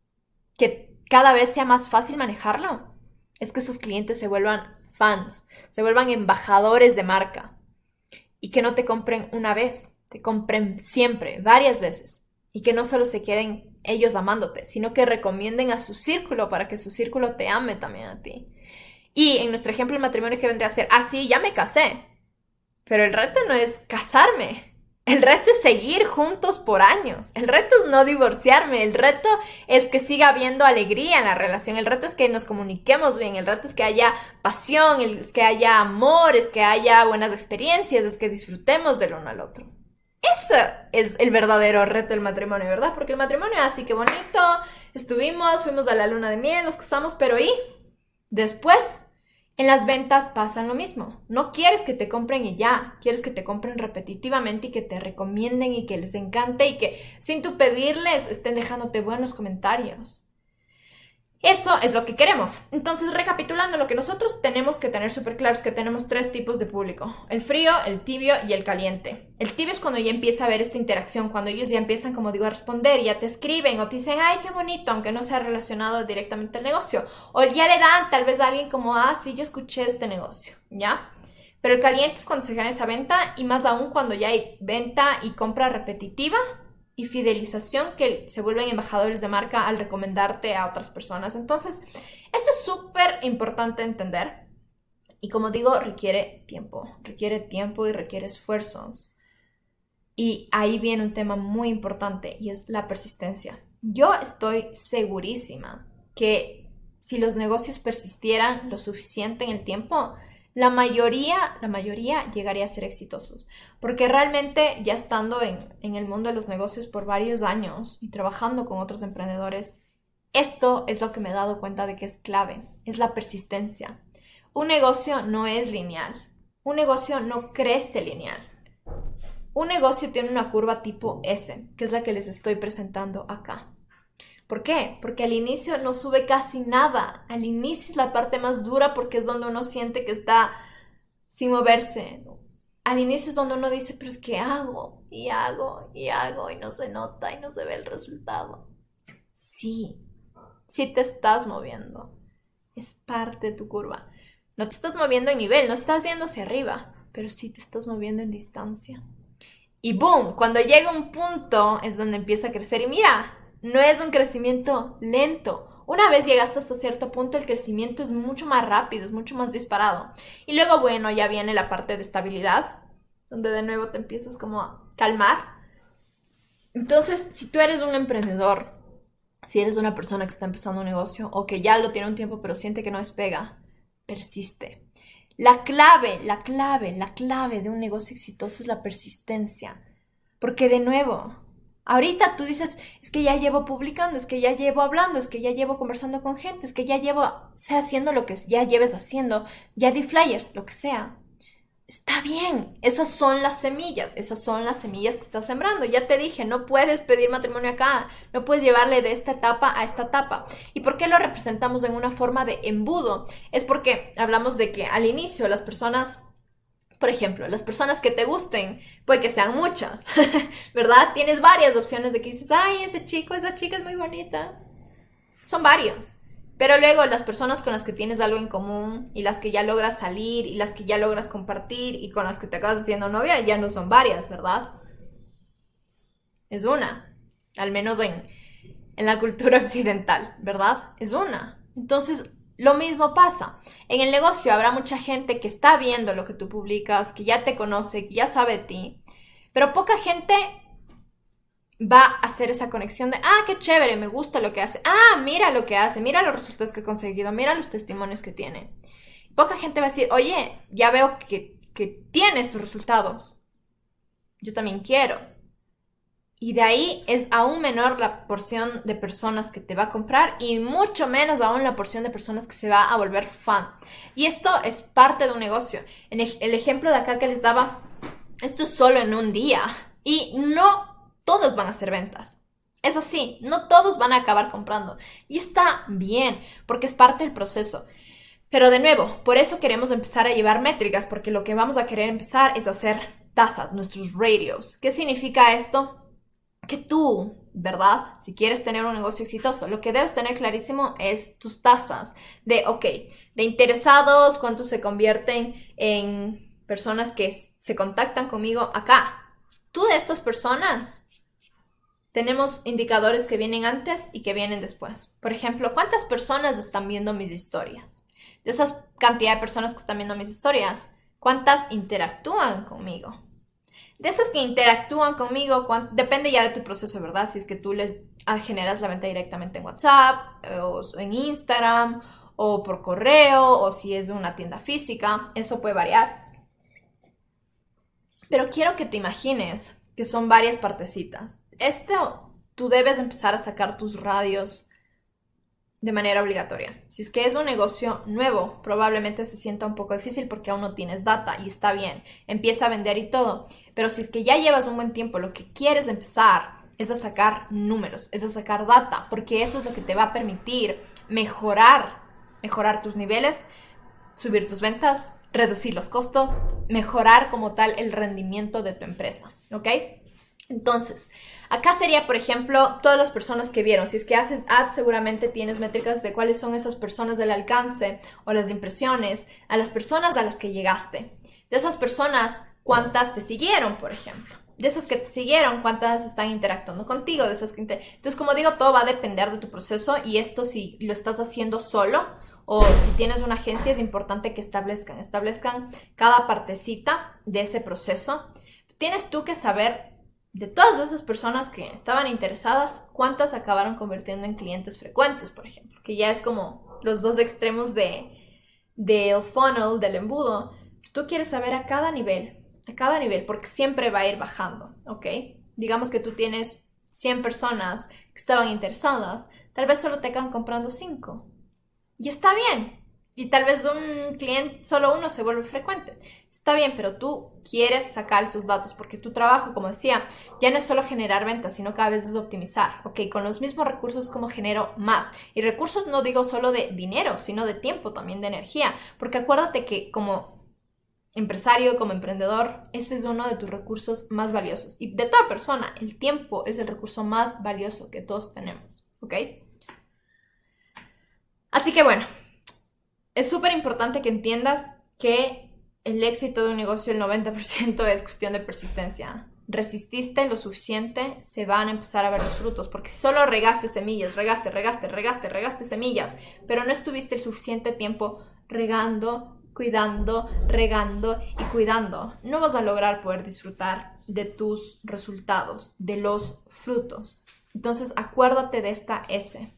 que cada vez sea más fácil manejarlo, es que esos clientes se vuelvan fans, se vuelvan embajadores de marca y que no te compren una vez, te compren siempre, varias veces, y que no solo se queden ellos amándote, sino que recomienden a su círculo para que su círculo te ame también a ti. Y en nuestro ejemplo el matrimonio, que vendría a ser, sí, ya me casé, pero el reto no es casarme. El reto es seguir juntos por años. El reto es no divorciarme. El reto es que siga habiendo alegría en la relación. El reto es que nos comuniquemos bien. El reto es que haya pasión, es que haya amor, es que haya buenas experiencias, es que disfrutemos del uno al otro. Esa es el verdadero reto del matrimonio, ¿verdad? Porque el matrimonio, así que bonito, fuimos a la luna de miel, nos casamos, pero ¿y? Después, en las ventas pasan lo mismo. No quieres que te compren y ya, quieres que te compren repetitivamente y que te recomienden y que les encante y que sin tú pedirles estén dejándote buenos comentarios. Eso es lo que queremos. Entonces, recapitulando, lo que nosotros tenemos que tener súper claro es que tenemos 3 tipos de público. El frío, el tibio y el caliente. El tibio es cuando ya empieza a haber esta interacción, cuando ellos ya empiezan, como digo, a responder, ya te escriben o te dicen, ay, qué bonito, aunque no sea relacionado directamente al negocio. O ya le dan tal vez a alguien como, ah, sí, yo escuché este negocio, ¿ya? Pero el caliente es cuando se gana esa venta y más aún cuando ya hay venta y compra repetitiva y fidelización, que se vuelven embajadores de marca al recomendarte a otras personas. Entonces, esto es súper importante entender. Y como digo, requiere tiempo y requiere esfuerzos. Y ahí viene un tema muy importante y es la persistencia. Yo estoy segurísima que si los negocios persistieran lo suficiente en el tiempo, la mayoría llegaría a ser exitosos. Porque realmente ya estando en el mundo de los negocios por varios años y trabajando con otros emprendedores, esto es lo que me he dado cuenta de que es clave, es la persistencia. Un negocio no es lineal, un negocio no crece lineal. Un negocio tiene una curva tipo S, que es la que les estoy presentando acá. ¿Por qué? Porque al inicio no sube casi nada. Al inicio es la parte más dura porque es donde uno siente que está sin moverse. Al inicio es donde uno dice, pero es que hago y no se nota y no se ve el resultado. Sí te estás moviendo. Es parte de tu curva. No te estás moviendo en nivel, no estás yendo hacia arriba, pero sí te estás moviendo en distancia. Y boom, cuando llega un punto es donde empieza a crecer. Y mira, no es un crecimiento lento. Una vez llegaste hasta cierto punto, el crecimiento es mucho más rápido, es mucho más disparado. Y luego, bueno, ya viene la parte de estabilidad, donde de nuevo te empiezas como a calmar. Entonces, si tú eres un emprendedor, si eres una persona que está empezando un negocio o que ya lo tiene un tiempo pero siente que no despega, persiste. La clave de un negocio exitoso es la persistencia. Porque de nuevo, ahorita tú dices, es que ya llevo publicando, es que ya llevo hablando, es que ya llevo conversando con gente, es que ya llevo, haciendo lo que ya lleves haciendo, ya di flyers, lo que sea. Está bien, esas son las semillas que estás sembrando. Ya te dije, no puedes pedir matrimonio acá, no puedes llevarle de esta etapa a esta etapa. ¿Y por qué lo representamos en una forma de embudo? Es porque hablamos de que al inicio las personas, por ejemplo, las personas que te gusten, puede que sean muchas, ¿verdad? Tienes varias opciones de que dices, ay, ese chico, esa chica es muy bonita. Son varios. Pero luego las personas con las que tienes algo en común y las que ya logras salir y las que ya logras compartir y con las que te acabas haciendo novia ya no son varias, ¿verdad? Es una, al menos en la cultura occidental, ¿verdad? Es una. Entonces, lo mismo pasa. En el negocio habrá mucha gente que está viendo lo que tú publicas, que ya te conoce, que ya sabe de ti, pero poca gente va a hacer esa conexión de, ah, qué chévere, me gusta lo que hace, ah, mira lo que hace, mira los resultados que ha conseguido, mira los testimonios que tiene. Poca gente va a decir, oye, ya veo que tiene estos resultados, yo también quiero. Y de ahí es aún menor la porción de personas que te va a comprar y mucho menos aún la porción de personas que se va a volver fan. Y esto es parte de un negocio. En el ejemplo de acá que les daba, esto es solo en un día y no todos van a hacer ventas. Es así, no todos van a acabar comprando. Y está bien, porque es parte del proceso. Pero de nuevo, por eso queremos empezar a llevar métricas, porque lo que vamos a querer empezar es hacer tasas, nuestros ratios. ¿Qué significa esto? Que tú, ¿verdad? Si quieres tener un negocio exitoso, lo que debes tener clarísimo es tus tasas de, de interesados, cuántos se convierten en personas que se contactan conmigo acá. Tú de estas personas tenemos indicadores que vienen antes y que vienen después. Por ejemplo, ¿cuántas personas están viendo mis historias? De esas cantidad de personas que están viendo mis historias, ¿cuántas interactúan conmigo? De esas que interactúan conmigo, depende ya de tu proceso, ¿verdad? Si es que tú les generas la venta directamente en WhatsApp, o en Instagram, o por correo, o si es de una tienda física, eso puede variar. Pero quiero que te imagines que son varias partecitas. Tú debes empezar a sacar tus radios de manera obligatoria. Si es que es un negocio nuevo, probablemente se sienta un poco difícil porque aún no tienes data y está bien, empieza a vender y todo. Pero si es que ya llevas un buen tiempo, lo que quieres empezar es a sacar números, es a sacar data, porque eso es lo que te va a permitir mejorar tus niveles, subir tus ventas, reducir los costos, mejorar como tal el rendimiento de tu empresa, ¿ok? Entonces, acá sería, por ejemplo, todas las personas que vieron. Si es que haces ads, seguramente tienes métricas de cuáles son esas personas del alcance o las impresiones, a las personas a las que llegaste. De esas personas, ¿cuántas te siguieron, por ejemplo? De esas que te siguieron, ¿cuántas están interactuando contigo? Entonces, como digo, todo va a depender de tu proceso y esto si lo estás haciendo solo o si tienes una agencia es importante que establezcan cada partecita de ese proceso. Tienes tú que saber de todas esas personas que estaban interesadas, ¿cuántas acabaron convirtiendo en clientes frecuentes, por ejemplo? Que ya es como los dos extremos del funnel, del embudo. Tú quieres saber a cada nivel, porque siempre va a ir bajando, ¿ok? Digamos que tú tienes 100 personas que estaban interesadas, tal vez solo te acaban comprando 5. Y está bien. Y tal vez de un cliente, solo uno se vuelve frecuente. Está bien, pero tú quieres sacar esos datos porque tu trabajo, como decía, ya no es solo generar ventas, sino cada vez es optimizar. Ok, con los mismos recursos, ¿cómo genero más? Y recursos no digo solo de dinero, sino de tiempo, también de energía. Porque acuérdate que como empresario, como emprendedor, este es uno de tus recursos más valiosos. Y de toda persona, el tiempo es el recurso más valioso que todos tenemos. ¿Ok? Así que bueno. Es súper importante que entiendas que el éxito de un negocio, el 90% es cuestión de persistencia. Resististe lo suficiente, se van a empezar a ver los frutos, porque si solo regaste semillas, regaste semillas, pero no estuviste el suficiente tiempo regando, cuidando, regando y cuidando, no vas a lograr poder disfrutar de tus resultados, de los frutos. Entonces, acuérdate de esta S.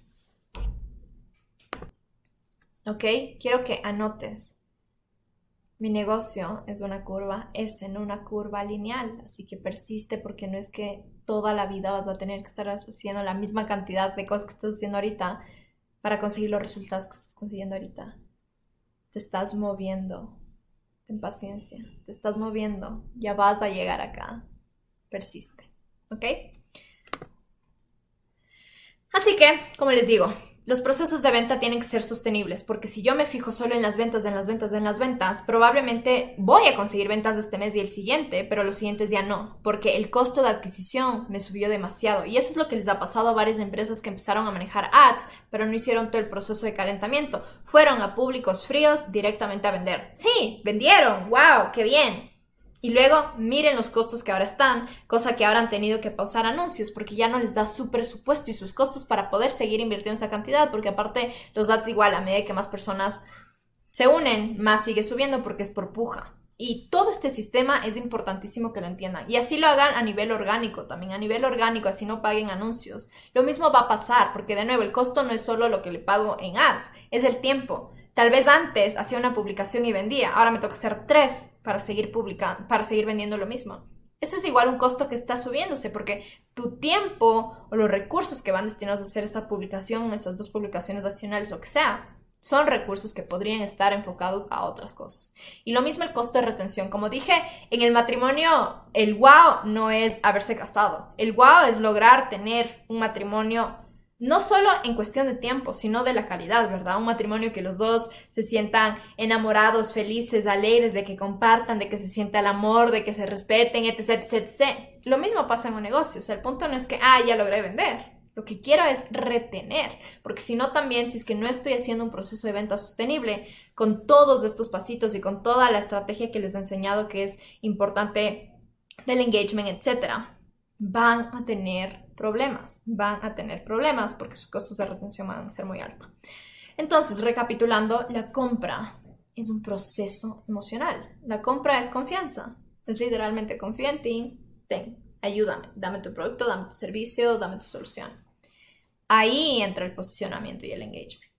¿Ok? Quiero que anotes. Mi negocio es una curva S, no una curva lineal. Así que persiste porque no es que toda la vida vas a tener que estar haciendo la misma cantidad de cosas que estás haciendo ahorita para conseguir los resultados que estás consiguiendo ahorita. Te estás moviendo. Ten paciencia. Te estás moviendo. Ya vas a llegar acá. Persiste. ¿Ok? Así que, como les digo, los procesos de venta tienen que ser sostenibles, porque si yo me fijo solo en las ventas, probablemente voy a conseguir ventas de este mes y el siguiente, pero los siguientes ya no, porque el costo de adquisición me subió demasiado. Y eso es lo que les ha pasado a varias empresas que empezaron a manejar ads, pero no hicieron todo el proceso de calentamiento. Fueron a públicos fríos directamente a vender. Sí, vendieron, wow, qué bien. Y luego miren los costos que ahora están, cosa que ahora han tenido que pausar anuncios porque ya no les da su presupuesto y sus costos para poder seguir invirtiendo esa cantidad, porque aparte los ads igual a medida que más personas se unen, más sigue subiendo porque es por puja. Y todo este sistema es importantísimo que lo entiendan. Y así lo hagan a nivel orgánico también, a nivel orgánico, así no paguen anuncios. Lo mismo va a pasar porque de nuevo el costo no es solo lo que le pago en ads, es el tiempo. Tal vez antes hacía una publicación y vendía, ahora me toca hacer 3 para seguir vendiendo lo mismo. Eso es igual un costo que está subiéndose porque tu tiempo o los recursos que van destinados a hacer esa publicación, esas 2 publicaciones adicionales, lo que sea, son recursos que podrían estar enfocados a otras cosas. Y lo mismo el costo de retención. Como dije, en el matrimonio, el wow no es haberse casado. El wow es lograr tener un matrimonio no solo en cuestión de tiempo, sino de la calidad, ¿verdad? Un matrimonio que los dos se sientan enamorados, felices, alegres, de que compartan, de que se sienta el amor, de que se respeten, etc, etc, etc. Lo mismo pasa en un negocio. O sea, el punto no es que, ya logré vender. Lo que quiero es retener, porque si no también, si es que no estoy haciendo un proceso de venta sostenible, con todos estos pasitos y con toda la estrategia que les he enseñado que es importante del engagement, etc., van a tener problemas porque sus costos de retención van a ser muy altos. Entonces, recapitulando, la compra es un proceso emocional. La compra es confianza. Es literalmente confío en ti, ayúdame, dame tu producto, dame tu servicio, dame tu solución. Ahí entra el posicionamiento y el engagement.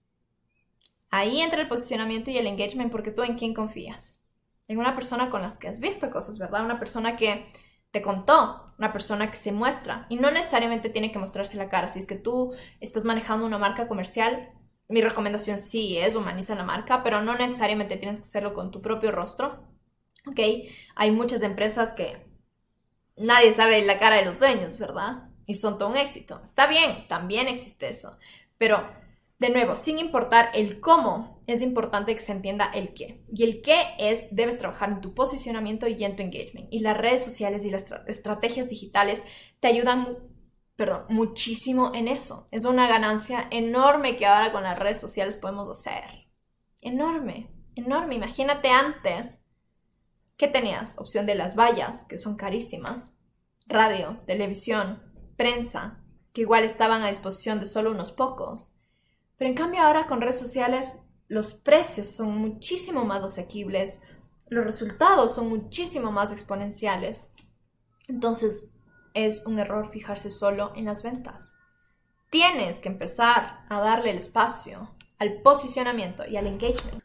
Porque tú en quién confías. En una persona con la que has visto cosas, ¿verdad? Una persona que te contó, una persona que se muestra. Y no necesariamente tiene que mostrarse la cara. Si es que tú estás manejando una marca comercial, mi recomendación sí es humaniza la marca, pero no necesariamente tienes que hacerlo con tu propio rostro. ¿Ok? Hay muchas empresas que nadie sabe la cara de los dueños, ¿verdad? Y son todo un éxito. Está bien, también existe eso. Pero, de nuevo, sin importar el cómo, es importante que se entienda el qué. Y el qué es, debes trabajar en tu posicionamiento y en tu engagement. Y las redes sociales y las estrategias digitales te ayudan, muchísimo en eso. Es una ganancia enorme que ahora con las redes sociales podemos hacer. Enorme, enorme. Imagínate antes, ¿qué tenías? Opción de las vallas, que son carísimas. Radio, televisión, prensa, que igual estaban a disposición de solo unos pocos. Pero en cambio ahora con redes sociales los precios son muchísimo más asequibles, los resultados son muchísimo más exponenciales. Entonces es un error fijarse solo en las ventas. Tienes que empezar a darle el espacio al posicionamiento y al engagement.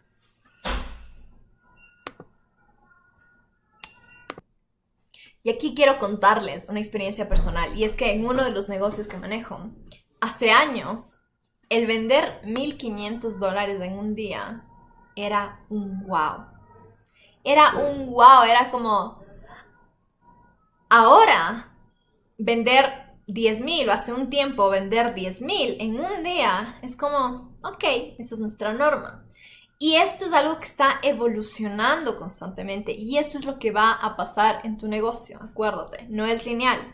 Y aquí quiero contarles una experiencia personal, y es que en uno de los negocios que manejo, hace años, el vender $1,500 en un día era un wow. Era un wow, era como... Ahora, vender 10,000 o hace un tiempo vender 10,000 en un día es como, ok, esta es nuestra norma. Y esto es algo que está evolucionando constantemente y eso es lo que va a pasar en tu negocio, acuérdate, no es lineal,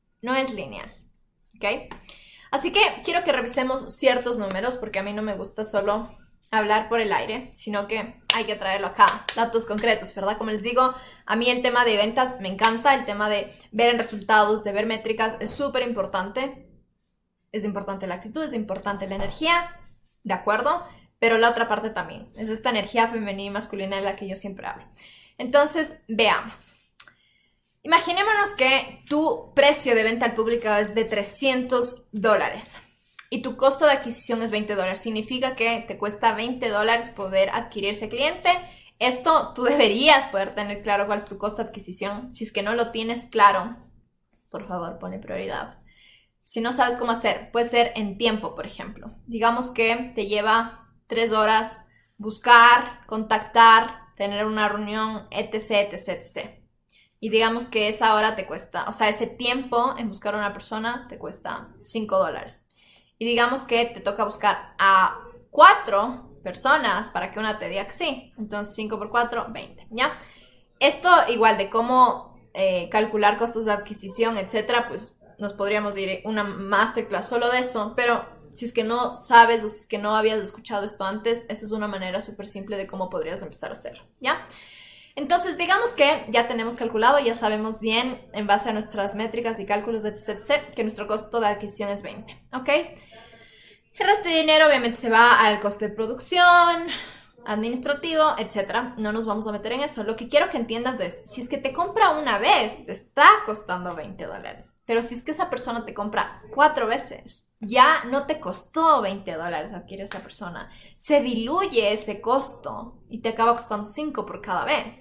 ¿ok? Así que quiero que revisemos ciertos números porque a mí no me gusta solo hablar por el aire, sino que hay que traerlo acá, datos concretos, ¿verdad? Como les digo, a mí el tema de ventas me encanta, el tema de ver en resultados, de ver métricas es súper importante. Es importante la actitud, es importante la energía, ¿de acuerdo? Pero la otra parte también, es esta energía femenina y masculina de la que yo siempre hablo. Entonces, veamos. Imaginémonos que tu precio de venta al público es de $300 y tu costo de adquisición es $20. Significa que te cuesta $20 poder adquirir ese cliente. Esto tú deberías poder tener claro cuál es tu costo de adquisición. Si es que no lo tienes claro, por favor, ponle prioridad. Si no sabes cómo hacer, puede ser en tiempo, por ejemplo. Digamos que te lleva 3 horas buscar, contactar, tener una reunión, etc, etc, etc. Y digamos que esa hora te cuesta, o sea, ese tiempo en buscar a una persona te cuesta $5. Y digamos que te toca buscar a 4 personas para que una te diga que sí. Entonces 5 por 4, 20, ¿ya? Esto igual de cómo calcular costos de adquisición, etcétera, pues nos podríamos ir una masterclass solo de eso, pero si es que no sabes o si es que no habías escuchado esto antes, esa es una manera súper simple de cómo podrías empezar a hacerlo, ¿ya? Entonces, digamos que ya tenemos calculado, ya sabemos bien, en base a nuestras métricas y cálculos, etc., que nuestro costo de adquisición es 20, ¿ok? El resto de dinero obviamente se va al costo de producción, administrativo, etc. No nos vamos a meter en eso. Lo que quiero que entiendas es, si es que te compra una vez, te está costando $20. Pero si es que esa persona te compra 4 veces, ya no te costó $20 adquirir a esa persona. Se diluye ese costo y te acaba costando 5 por cada vez.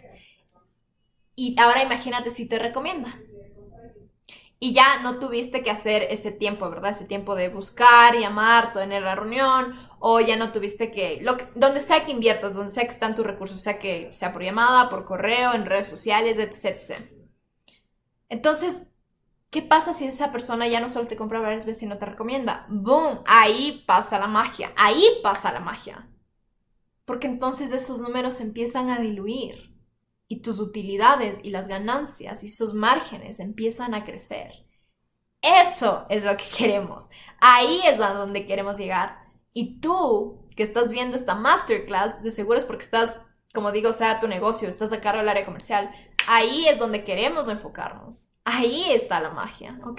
Y ahora imagínate si te recomienda. Y ya no tuviste que hacer ese tiempo, ¿verdad? Ese tiempo de buscar, llamar, tener la reunión, o ya no tuviste que... donde sea que inviertas, donde sea que están tus recursos, sea que sea por llamada, por correo, en redes sociales, etc, etc. Entonces, ¿qué pasa si esa persona ya no solo te compra varias veces y no te recomienda? ¡Boom! Ahí pasa la magia. Ahí pasa la magia. Porque entonces esos números empiezan a diluir. Y tus utilidades y las ganancias y sus márgenes empiezan a crecer. Eso es lo que queremos. Ahí es a donde queremos llegar. Y tú, que estás viendo esta masterclass, de seguro es porque estás, como digo, sea tu negocio, estás a cargo del área comercial. Ahí es donde queremos enfocarnos. Ahí está la magia, ¿ok?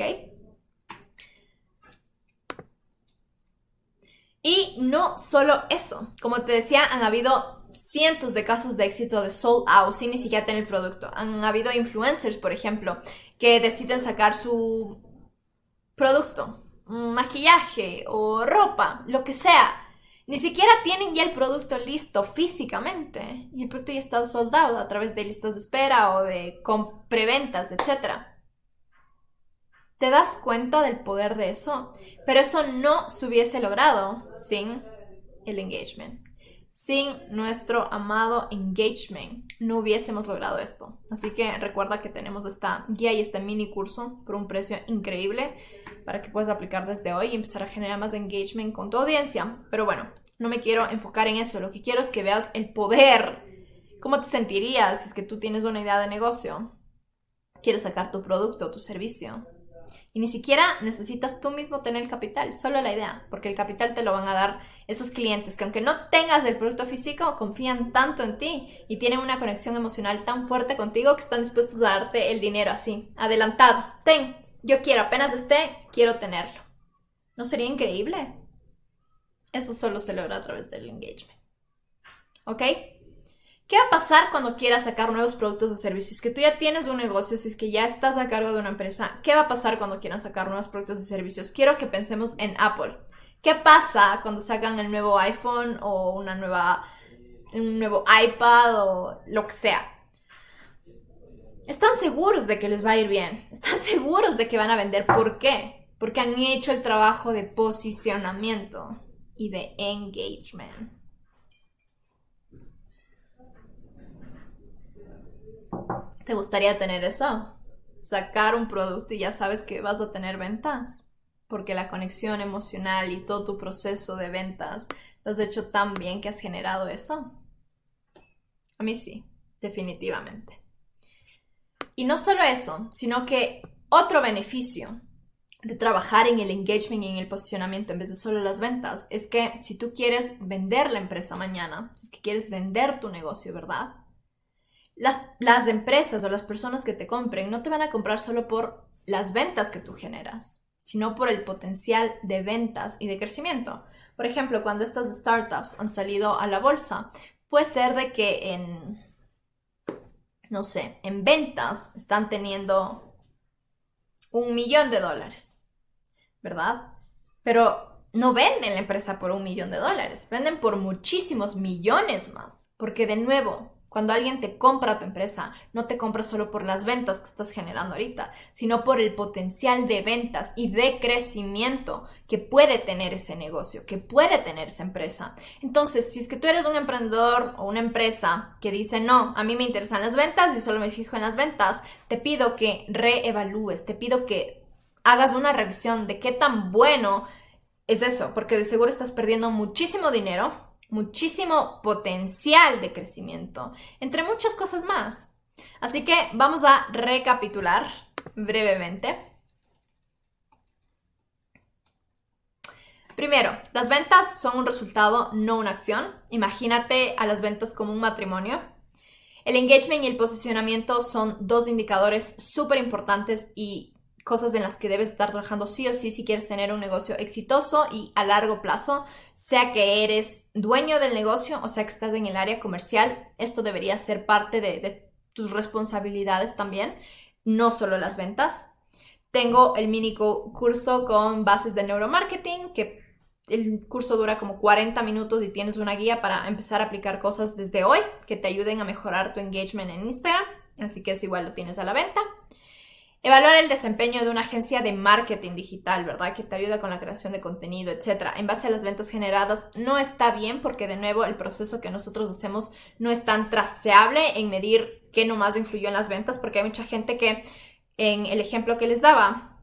Y no solo eso. Como te decía, han habido cientos de casos de éxito de sold out sin ni siquiera tener el producto. Han habido influencers, por ejemplo, que deciden sacar su producto, maquillaje o ropa, lo que sea. Ni siquiera tienen ya el producto listo físicamente. Y el producto ya está sold out a través de listas de espera o de preventas, etc. ¿Te das cuenta del poder de eso? Pero eso no se hubiese logrado sin el engagement. Sin nuestro amado engagement no hubiésemos logrado esto. Así que recuerda que tenemos esta guía y este mini curso por un precio increíble para que puedas aplicar desde hoy y empezar a generar más engagement con tu audiencia. Pero bueno, no me quiero enfocar en eso. Lo que quiero es que veas el poder. ¿Cómo te sentirías si es que tú tienes una idea de negocio? Quieres sacar tu producto o tu servicio. Y ni siquiera necesitas tú mismo tener el capital, solo la idea, porque el capital te lo van a dar esos clientes que aunque no tengas el producto físico, confían tanto en ti y tienen una conexión emocional tan fuerte contigo que están dispuestos a darte el dinero así, adelantado. Ten, yo quiero, apenas esté, quiero tenerlo. ¿No sería increíble? Eso solo se logra a través del engagement. ¿Ok? ¿Qué va a pasar cuando quieras sacar nuevos productos o servicios? Que tú ya tienes un negocio, si es que ya estás a cargo de una empresa, ¿qué va a pasar cuando quieran sacar nuevos productos y servicios? Quiero que pensemos en Apple. ¿Qué pasa cuando sacan el nuevo iPhone o un nuevo iPad o lo que sea? Están seguros de que les va a ir bien. Están seguros de que van a vender. ¿Por qué? Porque han hecho el trabajo de posicionamiento y de engagement. ¿Te gustaría tener eso? Sacar un producto y ya sabes que vas a tener ventas. Porque la conexión emocional y todo tu proceso de ventas lo has hecho tan bien que has generado eso. A mí sí, definitivamente. Y no solo eso, sino que otro beneficio de trabajar en el engagement y en el posicionamiento en vez de solo las ventas es que si tú quieres vender la empresa mañana, si es que quieres vender tu negocio, ¿verdad? Las empresas o las personas que te compren no te van a comprar solo por las ventas que tú generas, sino por el potencial de ventas y de crecimiento. Por ejemplo, cuando estas startups han salido a la bolsa, puede ser de que en ventas están teniendo $1.000.000, ¿verdad? Pero no venden la empresa por $1.000.000, venden por muchísimos millones más, porque de nuevo, cuando alguien te compra tu empresa, no te compra solo por las ventas que estás generando ahorita, sino por el potencial de ventas y de crecimiento que puede tener ese negocio, que puede tener esa empresa. Entonces, si es que tú eres un emprendedor o una empresa que dice, no, a mí me interesan las ventas y solo me fijo en las ventas, te pido que reevalúes, te pido que hagas una revisión de qué tan bueno es eso, porque de seguro estás perdiendo muchísimo dinero, muchísimo potencial de crecimiento, entre muchas cosas más. Así que vamos a recapitular brevemente. Primero, las ventas son un resultado, no una acción. Imagínate a las ventas como un matrimonio. El engagement y el posicionamiento son dos indicadores súper importantes y cosas en las que debes estar trabajando sí o sí si quieres tener un negocio exitoso y a largo plazo, sea que eres dueño del negocio o sea que estás en el área comercial. Esto debería ser parte de tus responsabilidades también, no solo las ventas. Tengo el mini curso con bases de neuromarketing, que el curso dura como 40 minutos y tienes una guía para empezar a aplicar cosas desde hoy que te ayuden a mejorar tu engagement en Instagram, así que eso igual lo tienes a la venta. Evaluar el desempeño de una agencia de marketing digital, ¿verdad? Que te ayuda con la creación de contenido, etc. En base a las ventas generadas no está bien porque, de nuevo, el proceso que nosotros hacemos no es tan traceable en medir qué nomás influyó en las ventas, porque hay mucha gente que, en el ejemplo que les daba,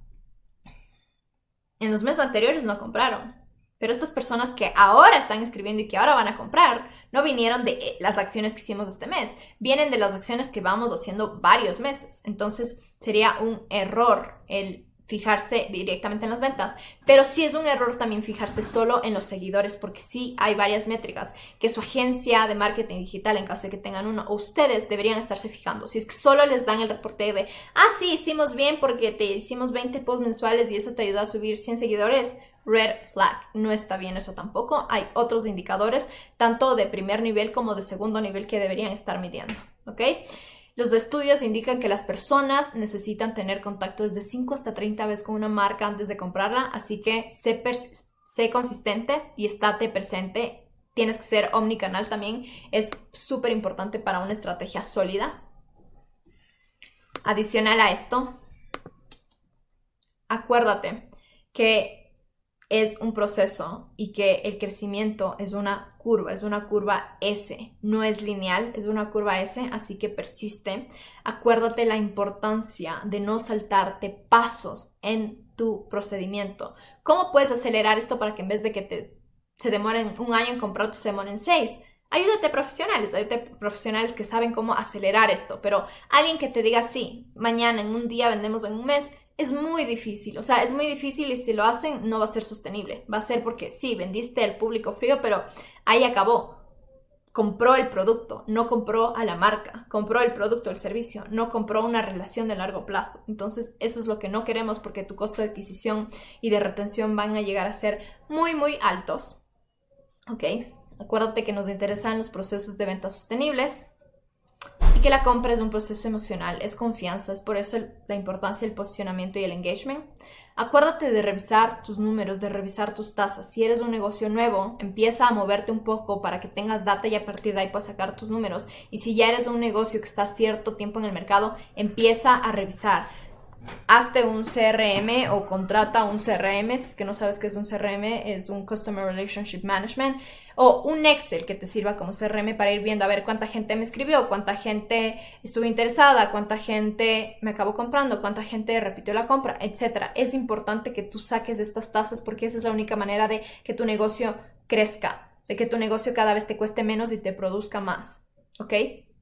en los meses anteriores no compraron. Pero estas personas que ahora están escribiendo y que ahora van a comprar, no vinieron de las acciones que hicimos este mes, vienen de las acciones que vamos haciendo varios meses. Entonces sería un error el fijarse directamente en las ventas, pero sí es un error también fijarse solo en los seguidores, porque sí hay varias métricas que su agencia de marketing digital, en caso de que tengan uno, o ustedes deberían estarse fijando. Si es que solo les dan el reporte de, sí, hicimos bien porque te hicimos 20 posts mensuales y eso te ayudó a subir 100 seguidores, red flag, no está bien eso tampoco. Hay otros indicadores, tanto de primer nivel como de segundo nivel, que deberían estar midiendo, ¿ok? Los estudios indican que las personas necesitan tener contacto desde 5 hasta 30 veces con una marca antes de comprarla, así que sé consistente y estate presente. Tienes que ser omnicanal también, es súper importante para una estrategia sólida. Adicional a esto, acuérdate que es un proceso y que el crecimiento es una curva S, no es lineal, es una curva S, así que persiste. Acuérdate la importancia de no saltarte pasos en tu procedimiento. ¿Cómo puedes acelerar esto para que en vez de que se demoren un año en comprarte, se demoren 6? Ayúdate a profesionales que saben cómo acelerar esto, pero alguien que te diga, sí, mañana, en un día, vendemos en un mes, es muy difícil, o sea, es muy difícil y si lo hacen no va a ser sostenible. Va a ser porque sí, vendiste al público frío, pero ahí acabó. Compró el producto, no compró a la marca, compró el producto, el servicio, no compró una relación de largo plazo. Entonces, eso es lo que no queremos porque tu costo de adquisición y de retención van a llegar a ser muy, muy altos. ¿Ok? Acuérdate que nos interesan los procesos de ventas sostenibles. Y que la compra es un proceso emocional, es confianza, es por eso la importancia del posicionamiento y el engagement. Acuérdate de revisar tus números, de revisar tus tasas. Si eres un negocio nuevo, empieza a moverte un poco para que tengas data y a partir de ahí puedas sacar tus números. Y si ya eres un negocio que está cierto tiempo en el mercado, empieza a revisar. Hazte un CRM o contrata un CRM, si es que no sabes qué es un CRM, es un Customer Relationship Management, o un Excel que te sirva como CRM para ir viendo a ver cuánta gente me escribió, cuánta gente estuvo interesada, cuánta gente me acabó comprando, cuánta gente repitió la compra, etc. Es importante que tú saques estas tasas porque esa es la única manera de que tu negocio crezca, de que tu negocio cada vez te cueste menos y te produzca más, ¿ok?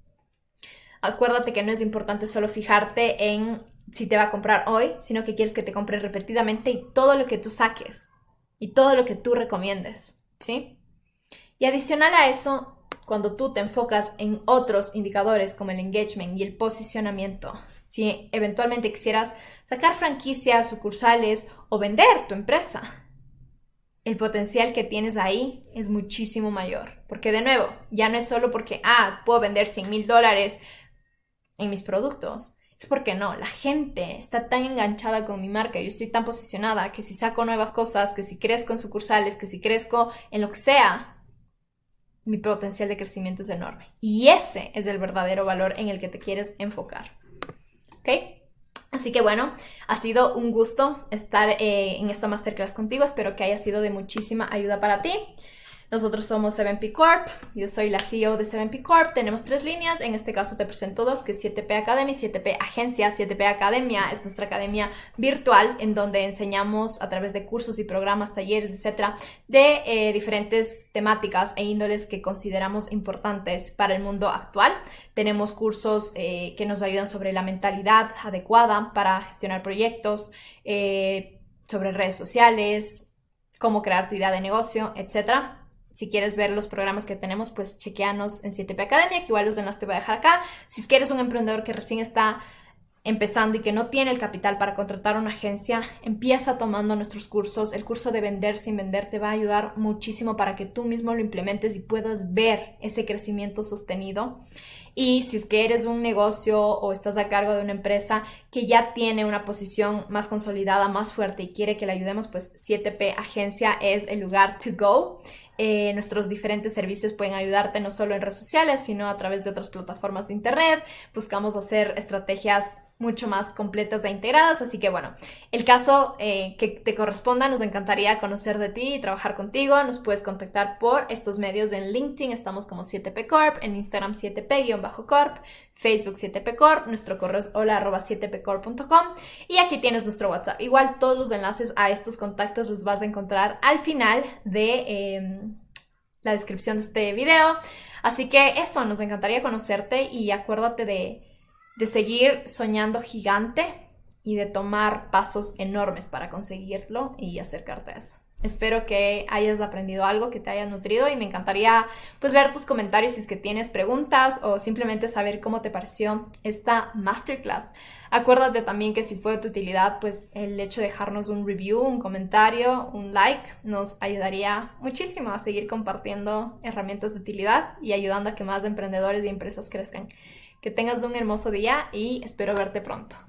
Acuérdate que no es importante solo fijarte en si te va a comprar hoy, sino que quieres que te compre repetidamente y todo lo que tú saques y todo lo que tú recomiendes, ¿sí? Y adicional a eso, cuando tú te enfocas en otros indicadores como el engagement y el posicionamiento, si eventualmente quisieras sacar franquicias, sucursales o vender tu empresa, el potencial que tienes ahí es muchísimo mayor. Porque de nuevo, ya no es solo porque, puedo vender $100,000 en mis productos. Es porque no, la gente está tan enganchada con mi marca, yo estoy tan posicionada que si saco nuevas cosas, que si crezco en sucursales, que si crezco en lo que sea, mi potencial de crecimiento es enorme. Y ese es el verdadero valor en el que te quieres enfocar. ¿Ok? Así que bueno, ha sido un gusto estar en esta masterclass contigo. Espero que haya sido de muchísima ayuda para ti. Nosotros somos 7P Corp, yo soy la CEO de 7P Corp, tenemos 3 líneas, en este caso te presento 2, que es 7P Academy, 7P Agencia. 7P Academia es nuestra academia virtual en donde enseñamos a través de cursos y programas, talleres, etcétera, de diferentes temáticas e índoles que consideramos importantes para el mundo actual. Tenemos cursos que nos ayudan sobre la mentalidad adecuada para gestionar proyectos, sobre redes sociales, cómo crear tu idea de negocio, etcétera. Si quieres ver los programas que tenemos, pues chequeanos en 7P Academia, que igual los enlaces te voy a dejar acá. Si es que eres un emprendedor que recién está empezando y que no tiene el capital para contratar una agencia, empieza tomando nuestros cursos. El curso de Vender sin Vender te va a ayudar muchísimo para que tú mismo lo implementes y puedas ver ese crecimiento sostenido. Y si es que eres un negocio o estás a cargo de una empresa que ya tiene una posición más consolidada, más fuerte y quiere que le ayudemos, pues 7P Agencia es el lugar to go. Nuestros diferentes servicios pueden ayudarte no solo en redes sociales, sino a través de otras plataformas de internet. Buscamos hacer estrategias mucho más completas e integradas, así que bueno, el caso que te corresponda, nos encantaría conocer de ti y trabajar contigo. Nos puedes contactar por estos medios. En LinkedIn estamos como 7P Corp, en Instagram 7P-Corp, Facebook 7P Corp, nuestro correo es hola@7pcorp.com y aquí tienes nuestro WhatsApp. Igual todos los enlaces a estos contactos los vas a encontrar al final de la descripción de este video. Así que eso, nos encantaría conocerte y acuérdate de seguir soñando gigante y de tomar pasos enormes para conseguirlo y acercarte a eso. Espero que hayas aprendido algo, que te haya nutrido y me encantaría pues leer tus comentarios si es que tienes preguntas o simplemente saber cómo te pareció esta masterclass. Acuérdate también que si fue de tu utilidad, pues el hecho de dejarnos un review, un comentario, un like nos ayudaría muchísimo a seguir compartiendo herramientas de utilidad y ayudando a que más emprendedores y empresas crezcan. Que tengas un hermoso día y espero verte pronto.